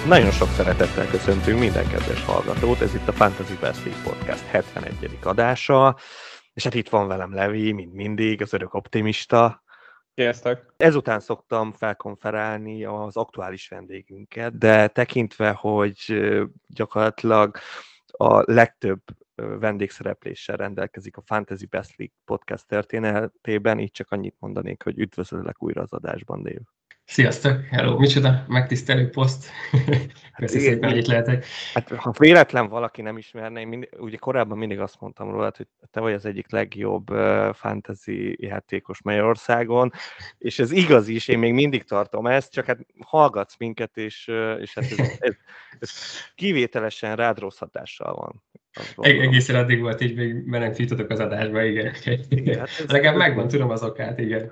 Nagyon sok szeretettel köszöntünk minden kedves hallgatót, ez itt a Fantasy Best League Podcast 71. adása, és hát itt van velem Levi, mint mindig, az örök optimista. Sziasztok! Ezután szoktam felkonferálni az aktuális vendégünket, de tekintve, hogy gyakorlatilag a legtöbb vendégszerepléssel rendelkezik a Fantasy Best League Podcast történetében, így csak annyit mondanék, hogy üdvözöllek újra az adásban, Dave. Sziasztok! Hello! Micsoda megtisztelő poszt! Köszi szépen, hogy itt lehetek. Hát, ha véletlen valaki nem ismerne, ugye korábban mindig azt mondtam rólad, hogy te vagy az egyik legjobb fantasy játékos Magyarországon, és ez igaz is, én még mindig tartom ezt, csak hát hallgatsz minket, és hát ez kivételesen rád rossz hatással van. Egészen addig volt így, még nem fűtötök az adásba, igen. Hát legalább megvan, tudom az okát, igen.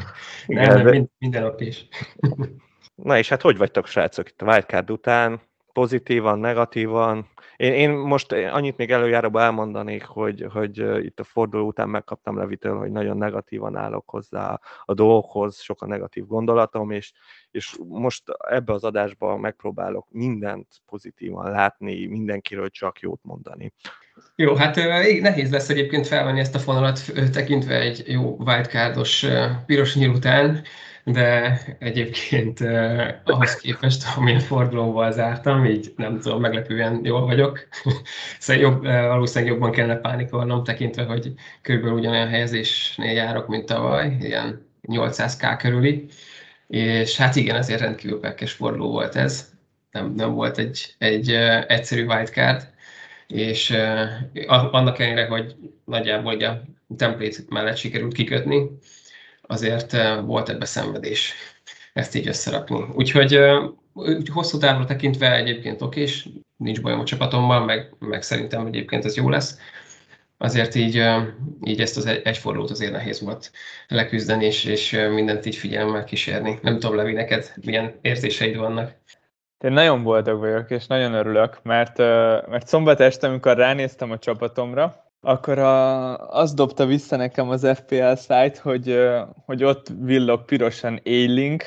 Nem, minden okés. Na és hát hogy vagytok, srácok, itt a wildcard után? Pozitívan, negatívan? Én most annyit még előjáróban elmondanék, hogy itt a forduló után megkaptam Levitől, hogy nagyon negatívan állok hozzá a dolgokhoz, sok a negatív gondolatom, és most ebbe az adásba megpróbálok mindent pozitívan látni, mindenkiről csak jót mondani. Jó, hát nehéz lesz egyébként felvenni ezt a fonalat, tekintve egy jó wildcardos piros nyíl után, de egyébként ahhoz képest, amilyen fordulóval zártam, így nem tudom, meglepően jól vagyok. Szóval valószínűleg jobban kellene pánikolnom, tekintve, hogy körülbelül ugyanolyan helyezésnél járok, mint tavaly, ilyen 800k körüli. És hát igen, ezért rendkívül pekes forduló volt ez. Nem volt egy egyszerű wildcard. És annak ellenére, hogy nagyjából ugye a template mellett sikerült kikötni, azért volt ebbe szenvedés ezt így összerakni. Úgyhogy hosszú távra tekintve egyébként okés, nincs bajom a csapatommal, meg szerintem egyébként ez jó lesz. Azért így ezt az egy fordulót azért nehéz volt leküzdeni, és mindent így figyelemmel kísérni. Nem tudom, Levi, neked milyen érzéseid vannak? Én nagyon boldog vagyok, és nagyon örülök, mert szombat este, amikor ránéztem a csapatomra, akkor azt dobta vissza nekem az FPL site, hogy ott villog pirosan Ayling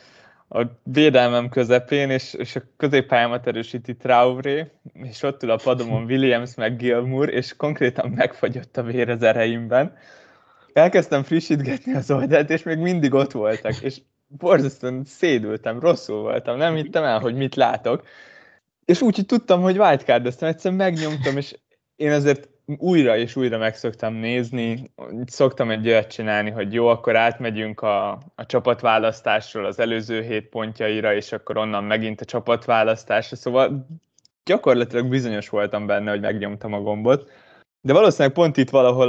a védelmem közepén, és a középpályámat erősíti Traoré, és ott ül a padomon Williams meg Gilmour, és konkrétan megfagyott a vér az ereimben. Elkezdtem frissítgetni az oldalt, és még mindig ott voltak, és borzasztóan szédültem, rosszul voltam, nem hittem el, hogy mit látok. És úgy tudtam, hogy wildcardoztam, egyszerűen megnyomtam, és én azért újra és újra meg szoktam nézni. Szoktam egy olyat csinálni, hogy jó, akkor átmegyünk a csapatválasztásról az előző hét pontjaira, és akkor onnan megint a csapatválasztásra. Szóval gyakorlatilag bizonyos voltam benne, hogy megnyomtam a gombot. De valószínűleg pont itt valahol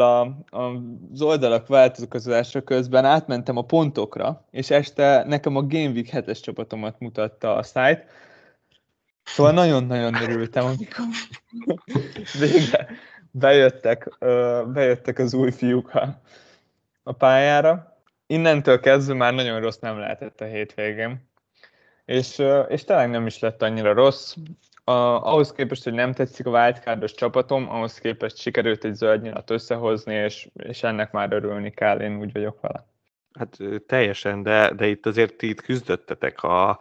az oldalak változása közben átmentem a pontokra, és este nekem a Game Week 7-es csapatomat mutatta a site. Szóval nagyon-nagyon örültem, amikor végre bejöttek az új fiúk a pályára. Innentől kezdve már nagyon rossz nem lehetett a hétvégén. És tényleg nem is lett annyira rossz. Ahhoz képest, hogy nem tetszik a wildcardos csapatom, ahhoz képest sikerült egy zöld nyilat összehozni, és ennek már örülni kell, én úgy vagyok vele. Hát teljesen, de itt azért itt küzdöttetek a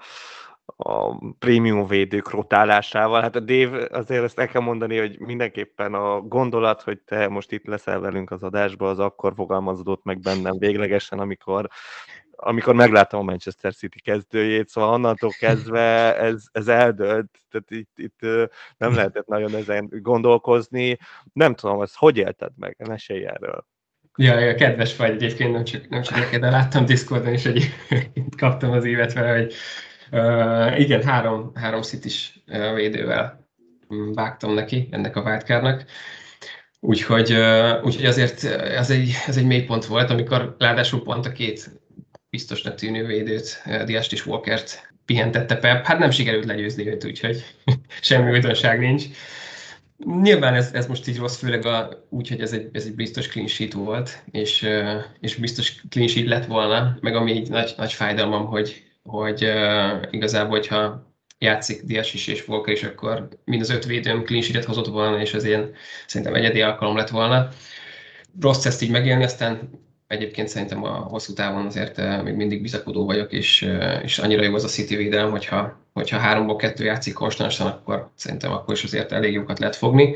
prémium védők rotálásával. Hát a Dave, azért ezt el kell mondani, hogy mindenképpen a gondolat, hogy te most itt leszel velünk az adásba, az akkor fogalmazódott meg bennem véglegesen, amikor megláttam a Manchester City kezdőjét, szóval onnantól kezdve ez eldőlt, tehát itt nem lehetett nagyon ezen gondolkozni. Nem tudom, ezt hogy élted meg? Mesélj erről. Ja, kedves vagy egyébként, nem csak neked, de láttam Discordon is, hogy kaptam az évet vele, hogy igen, három City-s védővel vágtam neki, ennek a wildcardnak. Úgyhogy azért ez egy mélypont volt, amikor ráadásul pont a két biztosnak tűnő védőt, Diast és Walkert pihentette Pep. Hát nem sikerült legyőzni őt, úgyhogy semmi újdonság nincs. Nyilván ez most így rossz, főleg úgy, hogy ez egy biztos clean sheet volt, és biztos clean sheet lett volna, meg ami így nagy fájdalmam, hogy igazából, hogyha játszik Dias is és Walker is, akkor mind az 5 védőm clean sheet-et hozott volna, és az ilyen szerintem egyedi alkalom lett volna. Rossz ezt így megélni, aztán egyébként szerintem a hosszú távon azért még mindig bizakodó vagyok, és annyira jó az a City védelem, hogyha 3-ból 2 játszik konstansan, akkor szerintem akkor is azért elég jókat lehet fogni.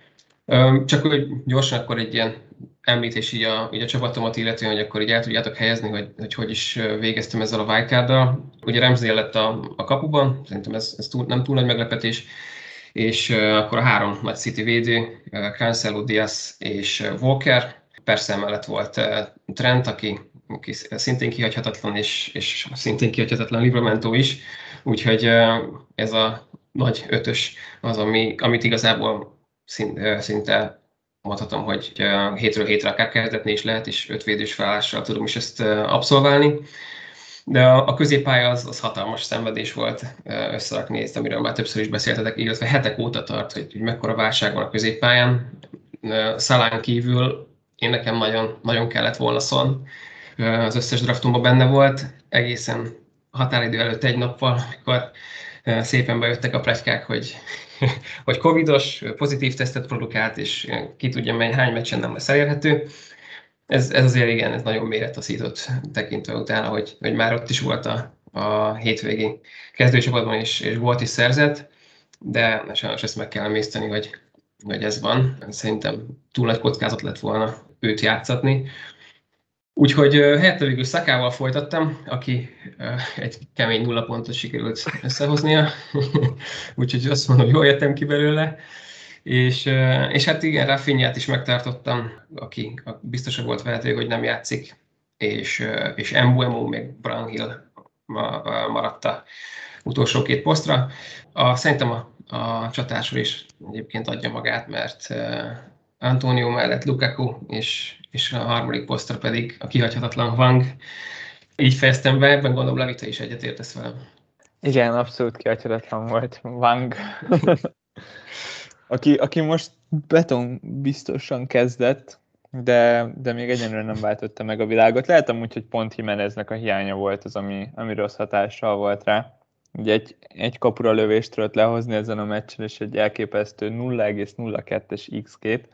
Csak hogy gyorsan akkor egy ilyen említés így a csapatomat illetően, hogy akkor így el tudjátok helyezni, hogy is végeztem ezzel a wildcarddal. Ugye Ramsdale lett a kapuban, szerintem ez nem túl nagy meglepetés, és akkor a 3 nagy City védő, Cancelo, Diaz és Walker. Persze emellett volt Trent, aki szintén kihagyhatatlan, és szintén kihagyhatatlan Livramento is. Úgyhogy ez a nagy ötös az, amit igazából szinte mondhatom, hogy hétről hétre akár kezdetni is lehet, és 5 védős felállással tudom is ezt abszolválni. De a középpálya az hatalmas szenvedés volt összerakni ezt, amiről már többször is beszéltetek, illetve hetek óta tart, hogy mekkora válság van a középpályán. Salahn kívül én nekem nagyon, nagyon kellett volna Son. Az összes draftomban benne volt, egészen határidő előtt egy nappal, amikor szépen bejöttek a pletykák, hogy covidos, pozitív tesztet produkált, és ki tudja, hány meccsen nem lesz elérhető. Ez azért igen, ez nagyon méretaszított tekintve utána, hogy már ott is volt a hétvégi kezdőcsapatban, és gólt is szerzett, de sajnos ezt meg kell emészteni, hogy ez van. Szerintem túl nagy kockázat lett volna őt játszatni. Úgyhogy helyette végül Sakával folytattam, aki egy kemény 0 pontot sikerült összehoznia, úgyhogy azt mondom, hogy jól jöttem ki belőle. És hát igen, Rafinhát is megtartottam, aki biztosan volt vehető, hogy nem játszik, és Mbeumo még Brownhill maradt a utolsó 2 posztra. Szerintem a csatásról is egyébként adja magát, mert Antonio mellett Lukaku, és a harmadik posztra pedig a kihagyhatatlan Wang. Így fejeztem be, ebben gondolom Levi, te is egyetértesz velem. Igen, abszolút kihagyhatatlan volt Wang. Aki most beton biztosan kezdett, de még egyenlőre nem váltotta meg a világot. Lehet amúgy, hogy pont Jimeneznek a hiánya volt az, ami rossz hatással volt rá. Ugye egy kapura lövést tudott lehozni ezen a meccsen, és egy elképesztő 0,02-es XG-t.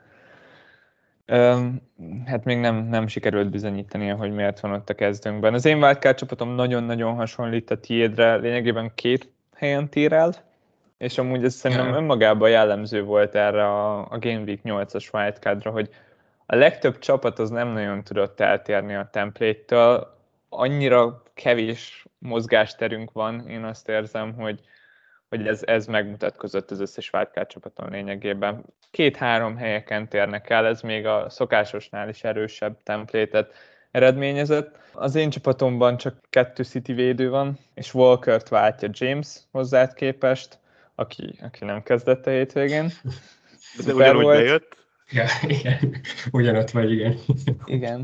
Hát még nem sikerült bizonyítania, hogy miért van ott a kezdőnkben. Az én wildcard csapatom nagyon-nagyon hasonlít a tiédre, lényegében 2 helyen tér el, és amúgy ez szerintem önmagában jellemző volt erre a Game Week 8-as wildcardra, hogy a legtöbb csapat az nem nagyon tudott eltérni a template-től, annyira kevés mozgásterünk van, én azt érzem, hogy ez megmutatkozott az összes wildcard csapaton lényegében. 2-3 helyeken térnek el, ez még a szokásosnál is erősebb template-et eredményezett. Az én csapatomban csak 2 City védő van, és Walkert váltja James hozzád képest, aki nem kezdett a hétvégén. De ugyanúgy volt. Bejött. Ja, igen, ugyanott vagy, igen. Igen.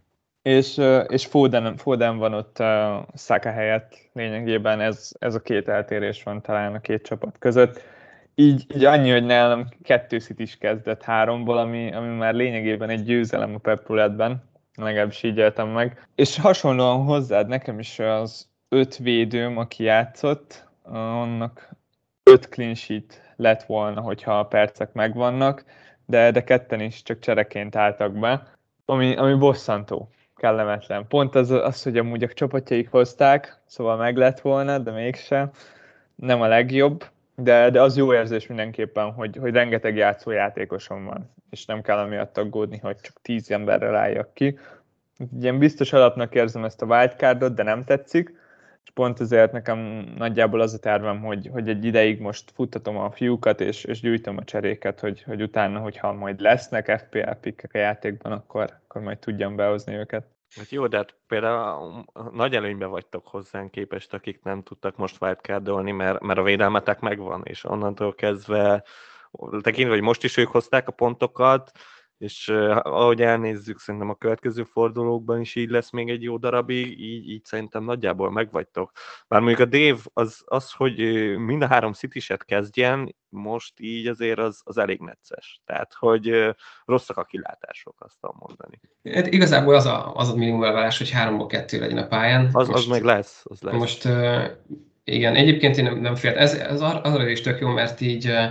És Foden van ott Saka helyett, lényegében ez a 2 eltérés van talán a 2 csapat között. Így annyi, hogy nálam 2 City is kezdett 3-ból, ami már lényegében egy győzelem a Pep Roulette-ben, legalábbis így éltem meg. És hasonlóan hozzád, nekem is az 5 védőm, aki játszott, annak 5 clean sheet lett volna, hogyha a percek megvannak, de ketten is csak csereként álltak be, ami bosszantó, kellemetlen. Pont az, hogy amúgy a csapatjaik hozták, szóval meg lett volna, de mégsem. Nem a legjobb, de az jó érzés mindenképpen, hogy rengeteg játszójátékosom van, és nem kell amiatt aggódni, hogy csak 10 emberrel álljak ki. Ilyen biztos alapnak érzem ezt a wildcardot, de nem tetszik, és pont ezért nekem nagyjából az a tervem, hogy egy ideig most futtatom a fiúkat, és gyűjtöm a cseréket, hogy utána, hogyha majd lesznek FPL pikkek a játékban, akkor majd tudjam behozni őket. Hát jó, de hát például nagy előnyben vagytok hozzánk képest, akik nem tudtak most wildcardolni, mert a védelmetek megvan, és onnantól kezdve, tekintve, hogy most is ők hozták a pontokat, és ahogy elnézzük, szerintem a következő fordulókban is így lesz még egy jó darabig, így szerintem nagyjából megvagytok. Bár mondjuk a Dave az hogy mind a 3 City-set kezdjen, most így azért az elég necces. Tehát, hogy rosszak a kilátások, azt tudom mondani. Hát igazából az a minimum elvárás, hogy 3-ból 2 legyen a pályán. Az meg lesz. Most igen, egyébként én nem féltem. Ez arra is tök jó, mert így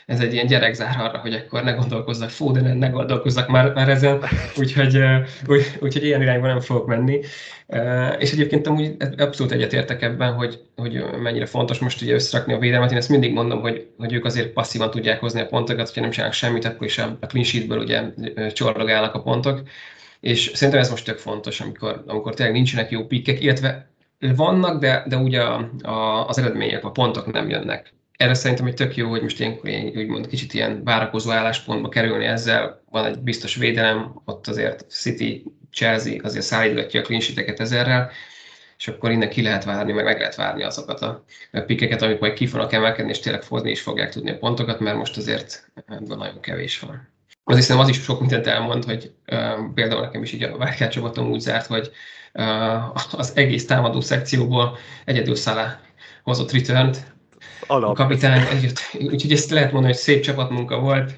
ez egy ilyen gyerekzár arra, hogy akkor ne gondolkozzak Fodenen, ne gondolkozzak már ezen, úgyhogy ilyen irányba nem fogok menni. És egyébként amúgy abszolút egyetértek ebben, hogy mennyire fontos most ugye összerakni a védelmet. Én ezt mindig mondom, hogy ők azért passzívan tudják hozni a pontokat, hogyha nem csinálnak semmit, akkor is a clean sheetből ugye csorrogálnak a pontok. És szerintem ez most tök fontos, amikor tényleg nincsenek jó pikkek, illetve vannak, de ugye az eredmények, a pontok nem jönnek. Erre szerintem egy tök jó, hogy most ilyenkor úgymond kicsit ilyen várakozó álláspontba kerülni ezzel. Van egy biztos védelem, ott azért City, Chelsea azért szállítgatja a clean sheeteket ezerrel, és akkor innen ki lehet várni, meg lehet várni azokat a pikkeket, amik majd ki fognak emelkedni, és tényleg fozni is fogják tudni a pontokat, mert most azért ebből nagyon kevés van. Az hiszem az is sok mindent elmond, hogy például nekem is így a Wildcard csapatom úgy zárt, hogy az egész támadó szekcióból egyedül Salah hozott returnt, a kapitány együtt. Úgyhogy ezt lehet mondani, hogy szép csapatmunka volt.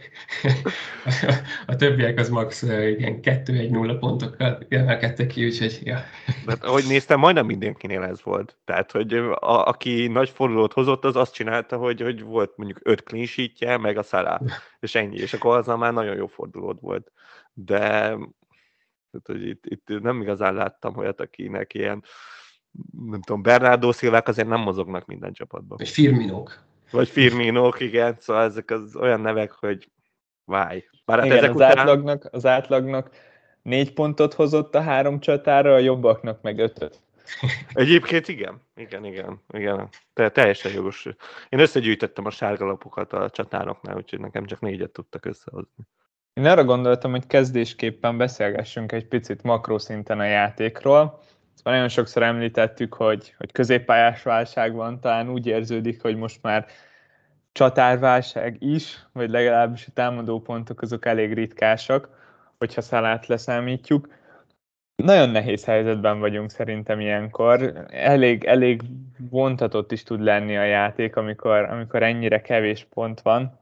A többiek az max. Igen, 2-1-0 pontokkal emelkedtek ki, úgyhogy ja. Hát, ahogy néztem, majdnem mindenkinél ez volt. Tehát, hogy aki nagy fordulót hozott, az azt csinálta, hogy volt mondjuk 5 clean sheetje, meg a Salah, és ennyi. És akkor azzal már nagyon jó fordulót volt. De tehát, hogy itt nem igazán láttam olyat, akinek ilyen, nem tudom, Bernardo Silvák azért nem mozognak minden csapatban. Vagy Firminók. Vagy Firminók, igen, szóval ezek az olyan nevek, hogy váj. Bár igen, ezek az átlagnak 4 pontot hozott a 3 csatára, a jobbaknak meg 5-öt. Egyébként igen. Teljesen jogos. Én összegyűjtöttem a sárgalapokat a csatároknál, úgyhogy nekem csak 4-et tudtak összehozni. Én arra gondoltam, hogy kezdésképpen beszélgessünk egy picit makroszinten a játékról. Szóval nagyon sokszor említettük, hogy középpályás válság van, talán úgy érződik, hogy most már csatárválság is, vagy legalábbis a támadó pontok azok elég ritkásak, hogyha Salát leszámítjuk. Nagyon nehéz helyzetben vagyunk szerintem ilyenkor. Elég vontatott is tud lenni a játék, amikor ennyire kevés pont van.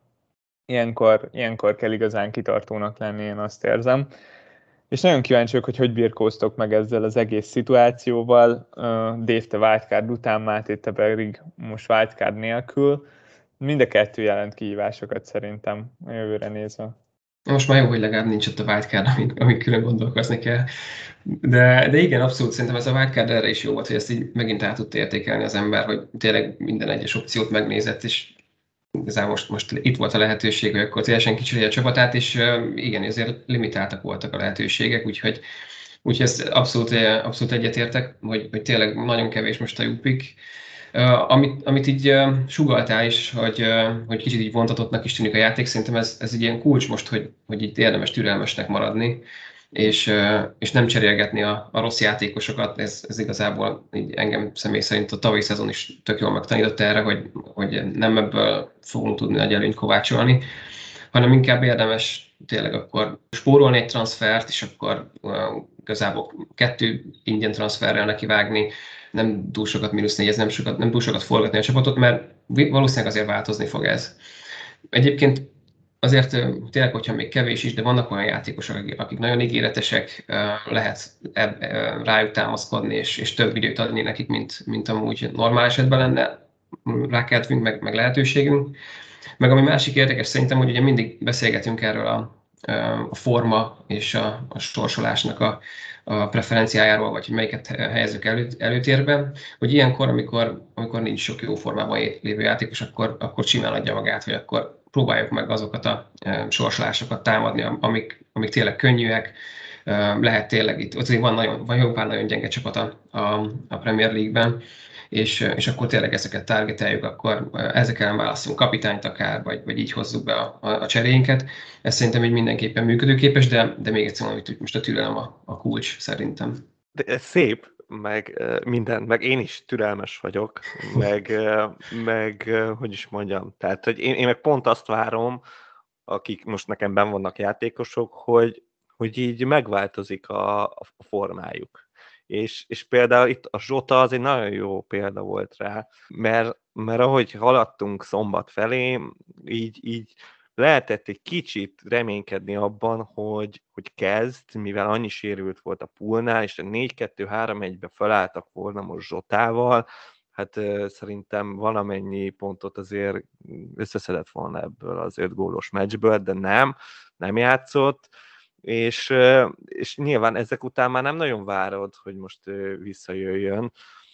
Ilyenkor kell igazán kitartónak lenni, én azt érzem. És nagyon kíváncsi vagyok, hogy birkóztok meg ezzel az egész szituációval. Dave te wildcard után, Máté te pedig most wildcard nélkül. Mind a kettő jelent kihívásokat szerintem a jövőre nézve. Most már jó, hogy legalább nincs ott a wildcard, amin külön gondolkozni kell. De igen, abszolút szerintem ez a wildcard erre is jó volt, hogy ezt így megint át tudta értékelni az ember, hogy tényleg minden egyes opciót megnézett, és igazából most itt volt a lehetőség, hogy akkor teljesen kicsi a csapatát, és igen, ezért limitáltak voltak a lehetőségek, úgyhogy ezt abszolút egyetértek, hogy tényleg nagyon kevés most a jupik. Amit így sugalltál is, hogy kicsit így vontatottnak is tűnik a játék, szerintem ez egy ilyen kulcs most, hogy itt érdemes türelmesnek maradni, és nem cserélgetni a rossz játékosokat. Ez igazából így engem személy szerint a tavalyi szezon is tök jól megtanított erre, hogy nem ebből fogunk tudni nagy előnyt kovácsolni, hanem inkább érdemes tényleg akkor spórolni egy transfert, és akkor igazából 2 ingyen transferrel nekivágni, nem túl sokat -4, nem túl sokat forgatni a csapatot, mert valószínűleg azért változni fog ez. Egyébként azért tényleg, hogyha még kevés is, de vannak olyan játékosok, akik nagyon ígéretesek, lehet rájuk támaszkodni, és több időt adni nekik, mint amúgy normál esetben lenne rákedvünk, meg lehetőségünk. Meg ami másik érdekes szerintem, hogy ugye mindig beszélgetünk erről a forma és a sorsolásnak a preferenciájáról, vagy hogy melyiket helyezzük előtérbe, hogy ilyenkor, amikor nincs sok jó formában lévő játékos, akkor simán adja magát, hogy akkor próbáljuk meg azokat a sorsolásokat támadni, amik tényleg könnyűek. Lehet tényleg itt van jó pár nagyon gyenge csapat a Premier League-ben, és akkor tényleg ezeket targeteljük, akkor ezek ellen választunk kapitányt akár, vagy így hozzuk be a cseréinket. Ez szerintem így mindenképpen működőképes, de még egyszer mondom, hogy most a türelem a kulcs szerintem. De ez szép, meg minden, meg én is türelmes vagyok, meg hogy is mondjam, tehát hogy én meg pont azt várom, akik most nekem benn vannak játékosok, hogy így megváltozik a formájuk. És például itt a Zsota az egy nagyon jó példa volt rá, mert ahogy haladtunk szombat felé, így lehetett egy kicsit reménykedni abban, hogy kezd, mivel annyi sérült volt a poolnál, és a 4-2-3-1-be felálltak volna most Zsotával, hát szerintem valamennyi pontot azért összeszedett volna ebből az 5 gólos meccsből, de nem játszott, és nyilván ezek után már nem nagyon várod, hogy most visszajöjjön,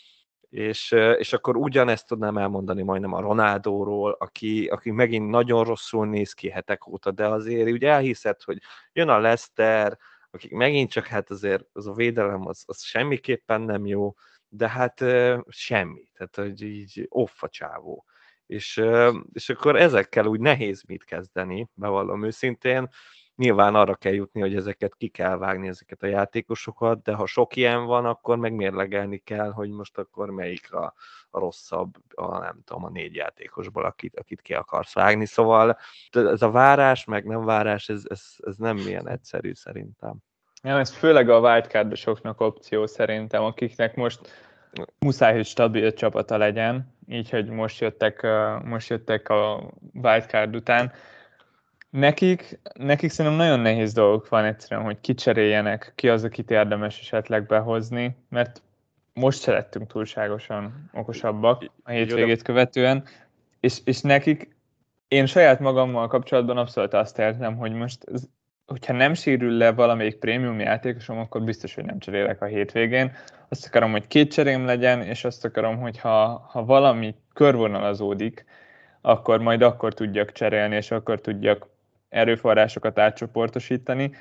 és akkor ugyanezt tudnám elmondani majdnem a Ronaldóról, aki megint nagyon rosszul néz ki hetek óta, de azért úgy elhiszed, hogy jön a Leicester, akik megint csak hát azért az a védelem az semmiképpen nem jó, de hát semmi, tehát hogy így off a csávó. És akkor ezekkel úgy nehéz mit kezdeni, bevallom őszintén. Nyilván arra kell jutni, hogy ezeket ki kell vágni, ezeket a játékosokat, de ha sok ilyen van, akkor megmérlegelni kell, hogy most akkor melyik a rosszabb, nem tudom, a 4 játékosból, akit ki akarsz vágni. Szóval ez a várás, meg nem várás, ez nem ilyen egyszerű szerintem. Ja, ez főleg a wildcardosoknak opció szerintem, akiknek most muszáj, hogy stabil csapata legyen, így, hogy most jöttek a wildcard után. Nekik szerintem nagyon nehéz dolgok van egyszerűen, hogy kicseréljenek, ki az, akit érdemes esetleg behozni, mert most se lettünk túlságosan okosabbak a hétvégét követően, és nekik, én saját magammal kapcsolatban abszolút azt értem, hogy most, hogyha nem sérül le valamelyik prémium játékosom, akkor biztos, hogy nem cserélek a hétvégén. Azt akarom, hogy 2 cserém legyen, és azt akarom, hogy ha valami körvonalazódik, akkor majd akkor tudjak cserélni, és akkor tudjak erőforrásokat átcsoportosítani.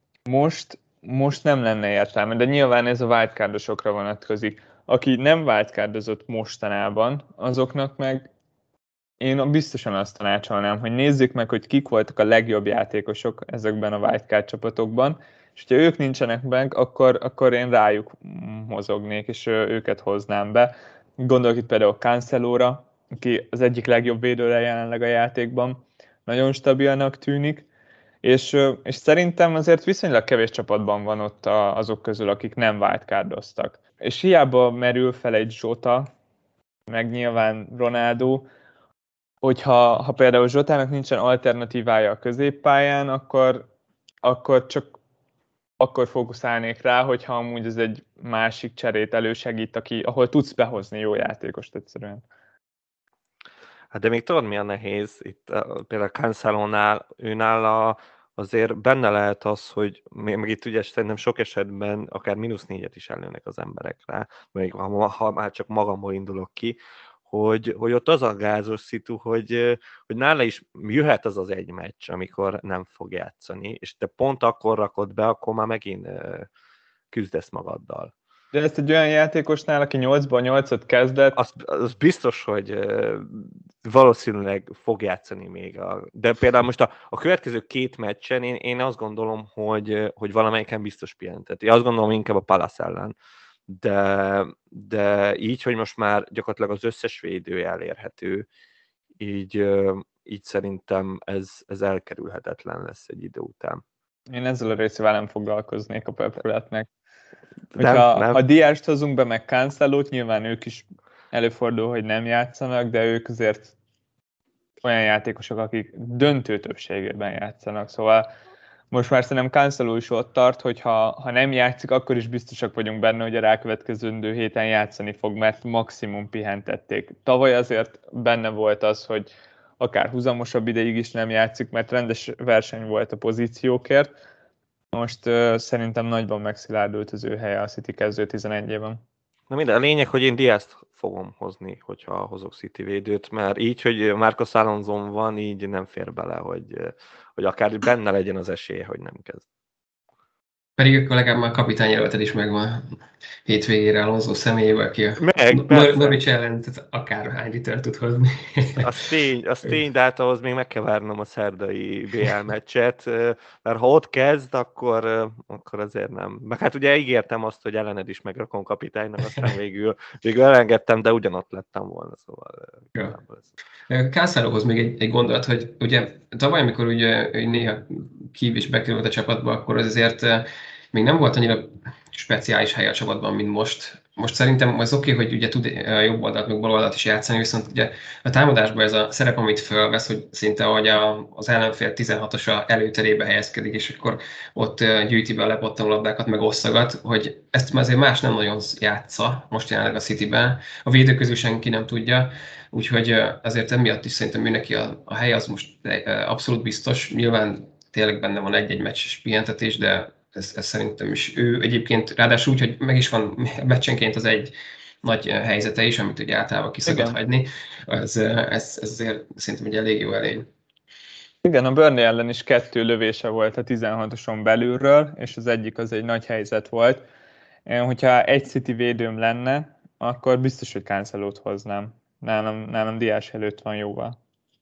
Most nem lenne értelme, de nyilván ez a wildcardosokra vonatkozik. Aki nem wildcardozott mostanában, azoknak meg én biztosan azt tanácsolnám, hogy nézzük meg, hogy kik voltak a legjobb játékosok ezekben a wildcard csapatokban, és ha ők nincsenek meg, akkor én rájuk mozognék, és őket hoznám be. Gondolok itt például Cancelóra, aki az egyik legjobb védőre jelenleg a játékban, nagyon stabilnak tűnik, és szerintem azért viszonylag kevés csapatban van ott azok közül, akik nem wildcardoztak. És hiába merül fel egy Zsota, meg nyilván Ronaldo, hogyha például Zsotának nincsen alternatívája a középpályán, akkor csak akkor fókuszálnék rá, hogyha amúgy ez egy másik cserét elősegít, ahol tudsz behozni jó játékost egyszerűen. Hát de még tudod, mi a nehéz? Itt például Cancelónál, őnála azért benne lehet az, hogy meg itt ugye szerintem sok esetben akár -4-et is előnek az emberek rá, még ha már csak magamból indulok ki, hogy ott az a gázos szitu, hogy nála is jöhet az egy meccs, amikor nem fog játszani, és te pont akkor rakod be, akkor már megint küzdesz magaddal. De ezt egy olyan játékosnál, aki 8-ban 8-ot kezdett... Az biztos, hogy valószínűleg fog játszani még. De például most a következő 2 meccsen én azt gondolom, hogy valamelyiken biztos pihentet. Én azt gondolom inkább a Palace ellen. De így, hogy most már gyakorlatilag az összes védő elérhető, így szerintem ez elkerülhetetlen lesz egy idő után. Én ezzel a részével nem foglalkoznék a Pep-ületnek. Nem. Ha Diást hozunk be, meg Cancelót, nyilván ők is előfordul, hogy nem játszanak, de ők azért olyan játékosok, akik döntő többségében játszanak. Szóval most már szerintem Cancelo is ott tart, hogy ha nem játszik, akkor is biztosak vagyunk benne, hogy a rákövetkező héten játszani fog, mert maximum pihentették. Tavaly azért benne volt az, hogy akár húzamosabb ideig is nem játszik, mert rendes verseny volt a pozíciókért. Most szerintem nagyban megszilárdult az ő helye a City kezdő 11-ében. Na minden, a lényeg, hogy én Diast fogom hozni, hogyha hozok City védőt, mert így, hogy Marcos Alonso van, így nem fér bele, hogy akár benne legyen az esélye, hogy nem kezd. Pedig akkor legalább már kapitányjelölted is megvan hétvégére Alonso személyével, aki a Norwich ellen akárhány liter tud hozni. Az tény, de hát ahhoz még meg kell várnom a szerdai BL meccset, mert ha ott kezd, akkor azért nem. Meg hát ugye ígértem azt, hogy ellened is megrakom kapitánynak, aztán végül elengedtem, de ugyanott lettem volna, szóval... Ja. Cancelóhoz még egy gondolat, hogy ugye tavaly, amikor ugye néha kív is bekerült a csapatba, akkor az azért még nem volt annyira speciális hely a csapatban, mint most. most szerintem az oké, hogy ugye tud jobb oldalt, meg bal oldalt is játszani, viszont ugye a támadásban ez a szerep, amit fölvesz, hogy szinte ahogy az ellenfél 16-osa előterébe helyezkedik, és akkor ott gyűjti be a lepottanó labdákat, meg osszagat, hogy ezt már azért más nem nagyon játsza most jelenleg a Cityben. A védő közül senki nem tudja, úgyhogy azért emiatt is szerintem neki a hely az most abszolút biztos. Nyilván tényleg benne van egy-egy meccses pihentetés, de ez szerintem is ő egyébként, ráadásul úgy, hogy meg is van meccsenként az egy nagy helyzete is, amit ugye általában ki szokott hagyni, ez azért szerintem egy elég jó elény. Igen, a Burnley ellen is 2 lövése volt a 16-oson belülről, és az egyik az egy nagy helyzet volt. Hogyha egy City védőm lenne, akkor biztos, hogy Cancelót hoznám. Nálam Diás előtt van jóval.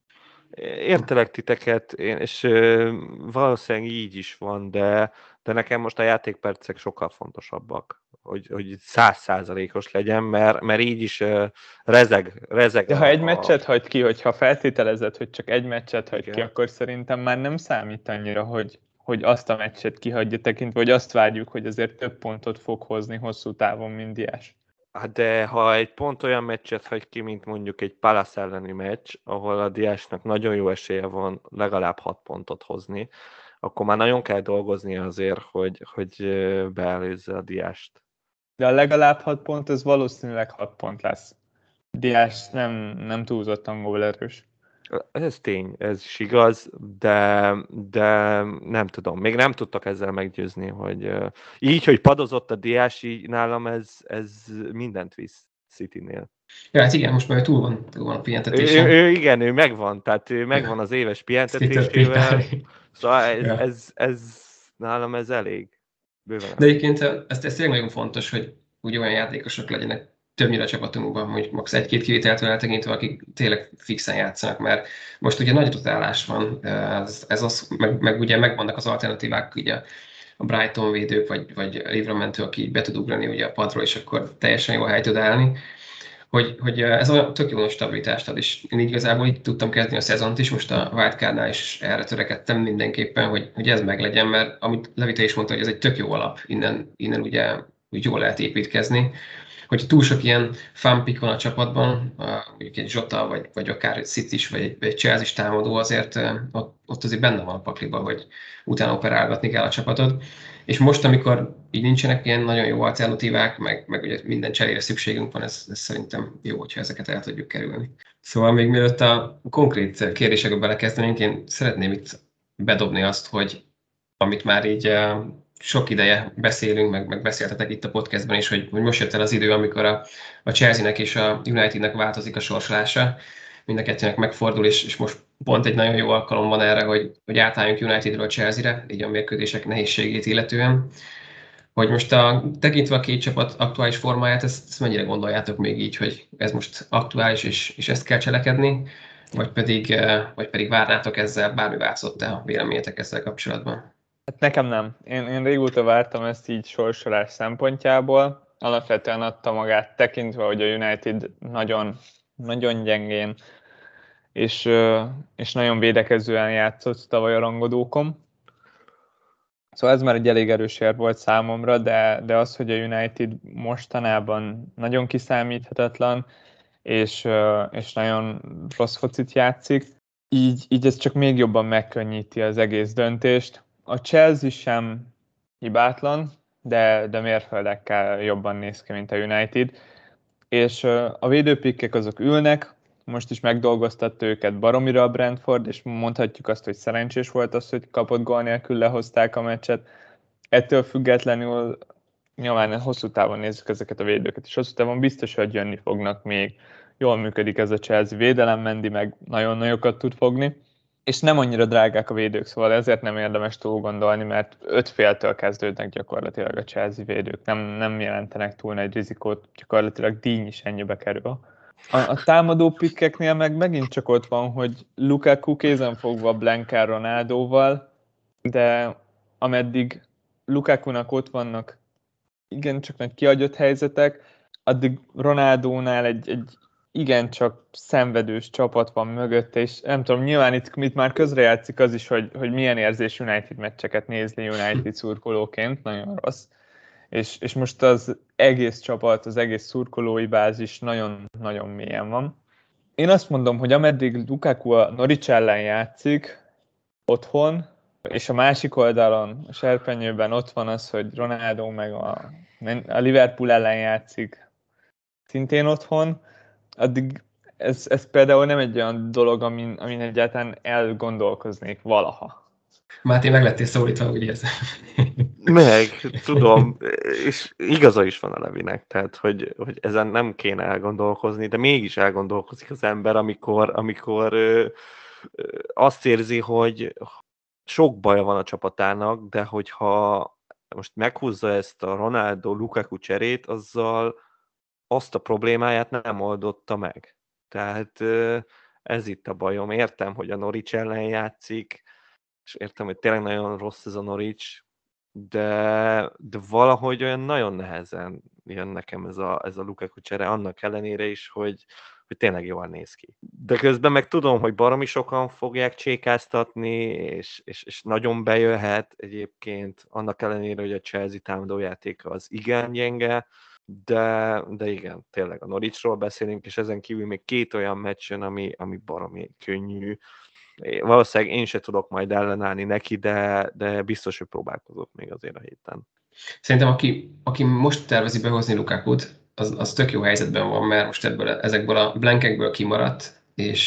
Értelek titeket, és valószínűleg így is van, de nekem most a játékpercek sokkal fontosabbak, hogy 100%-os legyen, mert így is rezeg. De ha egy meccset hagy ki, hogyha feltételezed, hogy csak egy meccset hagy ki, akkor szerintem már nem számít annyira, hogy azt a meccset kihagyja tekintve, hogy azt várjuk, hogy azért több pontot fog hozni hosszú távon, mint Diás. Hát de ha egy pont olyan meccset hagy ki, mint mondjuk egy Palace elleni meccs, ahol a Diásnak nagyon jó esélye van legalább 6 pontot hozni, akkor már nagyon kell dolgozni azért, hogy beelőzze a Diást. De a legalább 6 pont, ez valószínűleg 6 pont lesz. Diás nem túlzottan gólerős. Ez tény, ez is igaz, de nem tudom, még nem tudtak ezzel meggyőzni, hogy így, hogy padozott a Diás, így nálam ez mindent visz Citynél. Ja, hát igen, most már túl van a pihentetésen. Ő megvan, tehát ő megvan az éves pihentetésével, szóval ez nálam ez elég. Bőven. De egyébként ez tényleg nagyon fontos, hogy úgy olyan játékosok legyenek többnyire a csapatunkban, hogy max. 1-2 kivételtől eltekintve, akik tényleg fixen játszanak, mert most ugye nagy rotálás van, ez az, meg ugye megvannak az alternatívák, ugye a Brighton védők, vagy Livramento, aki be tud ugrani ugye a padról, és akkor teljesen jó hely tud állni, hogy ez olyan tök jó stabilitást ad, és én igazából így tudtam kezdeni a szezont is, most a Wildcardnál is erre törekedtem mindenképpen, hogy ez meglegyen, mert amit Levite is mondta, hogy ez egy tök jó alap, innen ugye úgy jól lehet építkezni, hogy túl sok ilyen fanpick van a csapatban, mondjuk egy Zsota, vagy akár egy City-s, vagy egy Chelsea-s támadó, azért ott azért benne van a pakliba, hogy utána operálgatni kell a csapatot. És most, amikor így nincsenek ilyen nagyon jó alternatívák, meg ugye minden cserére szükségünk van, ez szerintem jó, hogyha ezeket el tudjuk kerülni. Szóval még mielőtt a konkrét kérdésekbe belekezdenénk, én szeretném itt bedobni azt, hogy amit már így sok ideje beszélünk, meg beszéltetek itt a podcastban is, hogy most jött el az idő, amikor a Chelsea-nek és a Unitednek változik a sorsolása, mind a kettőnek megfordul, és most pont egy nagyon jó alkalom van erre, hogy átálljunk Unitedről Chelsea-re, így a mérkőzések nehézségét illetően. Hogy most tekintve a két csapat aktuális formáját, ezt mennyire gondoljátok még így, hogy ez most aktuális, és ezt kell cselekedni, vagy pedig várnátok ezzel, bármi változott a véleményetek ezzel kapcsolatban? Hát nekem nem. Én régóta vártam ezt így sorsolás szempontjából. Alapvetően adta magát tekintve, hogy a United nagyon, nagyon gyengén és nagyon védekezően játszott tavaly a rangodókon. Szóval ez már egy elég erős érv volt számomra, de az, hogy a United mostanában nagyon kiszámíthatatlan, és nagyon rossz focit játszik, így ez csak még jobban megkönnyíti az egész döntést. A Chelsea sem hibátlan, de mérföldekkel jobban néz ki, mint a United. És a védőpikkek azok ülnek, most is megdolgoztatta őket baromira a Brentford, és mondhatjuk azt, hogy szerencsés volt az, hogy kapott gól nélkül lehozták a meccset. Ettől függetlenül nyilván hosszú távon nézzük ezeket a védőket, és hosszú távon biztos, hogy jönni fognak még. Jól működik ez a Chelsea védelem, Mendy meg nagyon nagyokat tud fogni, és nem annyira drágák a védők, szóval ezért nem érdemes túl gondolni, mert 5 féltől kezdődnek gyakorlatilag a Chelsea védők, nem jelentenek túl nagy rizikót, gyakorlatilag díny is ennyibe kerül. A támadó pikkeknél meg megint csak ott van, hogy Lukaku kézenfogva Blanca Ronaldóval, de ameddig Lukakunak ott vannak igencsak nagy kihagyott helyzetek, addig Ronaldónál egy igencsak szenvedős csapat van mögötte, és nem tudom, nyilván itt már közrejátszik az is, hogy milyen érzés United meccseket nézni United szurkolóként, nagyon rossz. és most az egész csapat, az egész szurkolói bázis nagyon-nagyon mélyen van. Én azt mondom, hogy ameddig Lukaku a Norwich ellen játszik otthon, és a másik oldalon, a serpenyőben ott van az, hogy Ronaldo meg a Liverpool ellen játszik szintén otthon, addig ez például nem egy olyan dolog, amin egyáltalán elgondolkoznék valaha. Máté, meg lettél szólítva, úgy érzem. Meg, tudom, és igaza is van a Levinek, tehát, hogy ezen nem kéne elgondolkozni, de mégis elgondolkozik az ember, amikor azt érzi, hogy sok baja van a csapatának, de hogyha most meghúzza ezt a Ronaldo-Lukaku cserét, azzal azt a problémáját nem oldotta meg. Tehát ez itt a bajom. Értem, hogy a Norwich ellen játszik, és értem, hogy tényleg nagyon rossz ez a Norwich, de valahogy olyan nagyon nehezen jön nekem ez a Lukaku csere, annak ellenére is, hogy tényleg jól néz ki. De közben meg tudom, hogy baromi sokan fogják csékáztatni, és nagyon bejöhet egyébként, annak ellenére, hogy a Chelsea támadójátéka az igen gyenge, de igen, tényleg a Norwichról beszélünk, és ezen kívül még 2 olyan meccs jön, ami baromi könnyű. Valószínűleg én se tudok majd ellenállni neki, de biztos, hogy próbálkozok még azért a héten. Szerintem aki most tervezi behozni Lukakut, az tök jó helyzetben van, mert most ezekből a blankekből kimaradt,